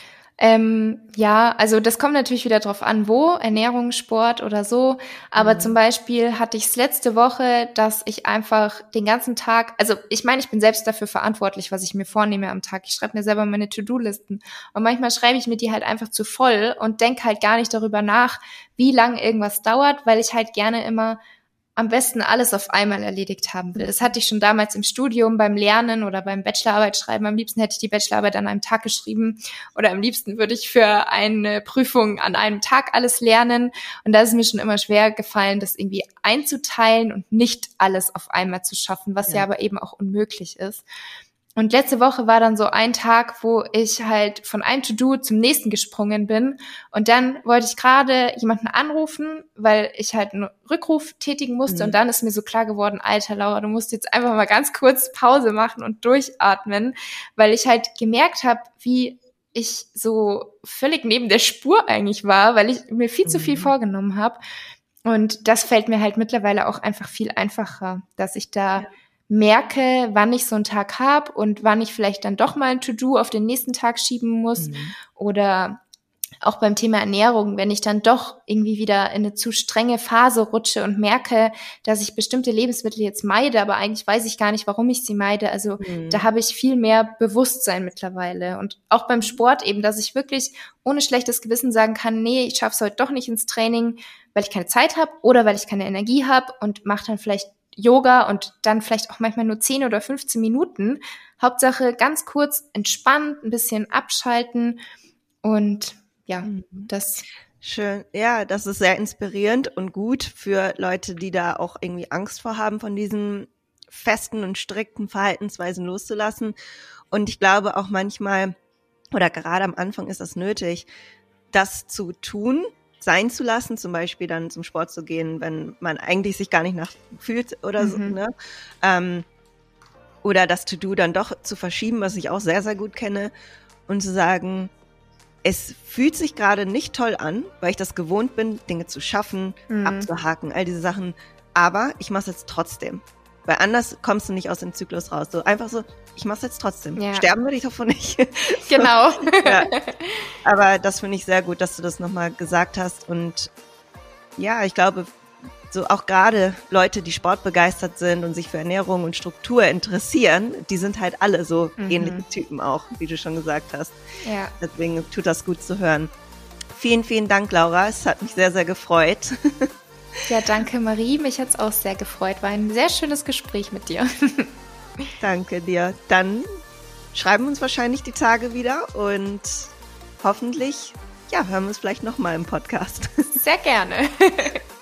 Ja, also das kommt natürlich wieder drauf an, wo, Ernährung, Sport oder so. Aber zum Beispiel hatte ich es letzte Woche, dass ich einfach den ganzen Tag, also ich meine, ich bin selbst dafür verantwortlich, was ich mir vornehme am Tag. Ich schreibe mir selber meine To-Do-Listen. Und manchmal schreibe ich mir die halt einfach zu voll und denke halt gar nicht darüber nach, wie lange irgendwas dauert, weil ich halt gerne immer am besten alles auf einmal erledigt haben will. Das hatte ich schon damals im Studium, beim Lernen oder beim Bachelorarbeit schreiben. Am liebsten hätte ich die Bachelorarbeit an einem Tag geschrieben oder am liebsten würde ich für eine Prüfung an einem Tag alles lernen. Und da ist es mir schon immer schwer gefallen, das irgendwie einzuteilen und nicht alles auf einmal zu schaffen, was ja aber eben auch unmöglich ist. Und letzte Woche war dann so ein Tag, wo ich halt von einem To-Do zum nächsten gesprungen bin. Und dann wollte ich gerade jemanden anrufen, weil ich halt einen Rückruf tätigen musste. Und dann ist mir so klar geworden, Alter Laura, du musst jetzt einfach mal ganz kurz Pause machen und durchatmen, weil ich halt gemerkt habe, wie ich so völlig neben der Spur eigentlich war, weil ich mir viel zu viel vorgenommen habe. Und das fällt mir halt mittlerweile auch einfach viel einfacher, dass ich da merke, wann ich so einen Tag habe und wann ich vielleicht dann doch mal ein To-Do auf den nächsten Tag schieben muss. Oder auch beim Thema Ernährung, wenn ich dann doch irgendwie wieder in eine zu strenge Phase rutsche und merke, dass ich bestimmte Lebensmittel jetzt meide, aber eigentlich weiß ich gar nicht, warum ich sie meide. Also da habe ich viel mehr Bewusstsein mittlerweile. Und auch beim Sport eben, dass ich wirklich ohne schlechtes Gewissen sagen kann, nee, ich schaffe es heute doch nicht ins Training, weil ich keine Zeit habe oder weil ich keine Energie habe und mache dann vielleicht Yoga und dann vielleicht auch manchmal nur 10 oder 15 Minuten. Hauptsache ganz kurz entspannen, ein bisschen abschalten und das. Schön. Ja, das ist sehr inspirierend und gut für Leute, die da auch irgendwie Angst vor haben, von diesen festen und strikten Verhaltensweisen loszulassen. Und ich glaube auch manchmal, oder gerade am Anfang ist das nötig, das zu tun, sein zu lassen, zum Beispiel dann zum Sport zu gehen, wenn man eigentlich sich gar nicht nach fühlt oder so, ne? Oder das To-Do dann doch zu verschieben, was ich auch sehr, sehr gut kenne, und zu sagen, es fühlt sich gerade nicht toll an, weil ich das gewohnt bin, Dinge zu schaffen, abzuhaken, all diese Sachen. Aber ich mache es jetzt trotzdem. Weil anders kommst du nicht aus dem Zyklus raus. So einfach so, ich mache es jetzt trotzdem. Ja. Sterben würde ich davon nicht. Genau. Ja. Aber das finde ich sehr gut, dass du das nochmal gesagt hast. Und ja, ich glaube, so auch gerade Leute, die sportbegeistert sind und sich für Ernährung und Struktur interessieren, die sind halt alle so ähnliche Typen auch, wie du schon gesagt hast. Ja. Deswegen tut das gut zu hören. Vielen, vielen Dank, Laura. Es hat mich sehr, sehr gefreut. Ja, danke, Marie. Mich hat es auch sehr gefreut. War ein sehr schönes Gespräch mit dir. Danke dir. Dann schreiben wir uns wahrscheinlich die Tage wieder und hoffentlich, ja, hören wir uns vielleicht nochmal im Podcast. Sehr gerne.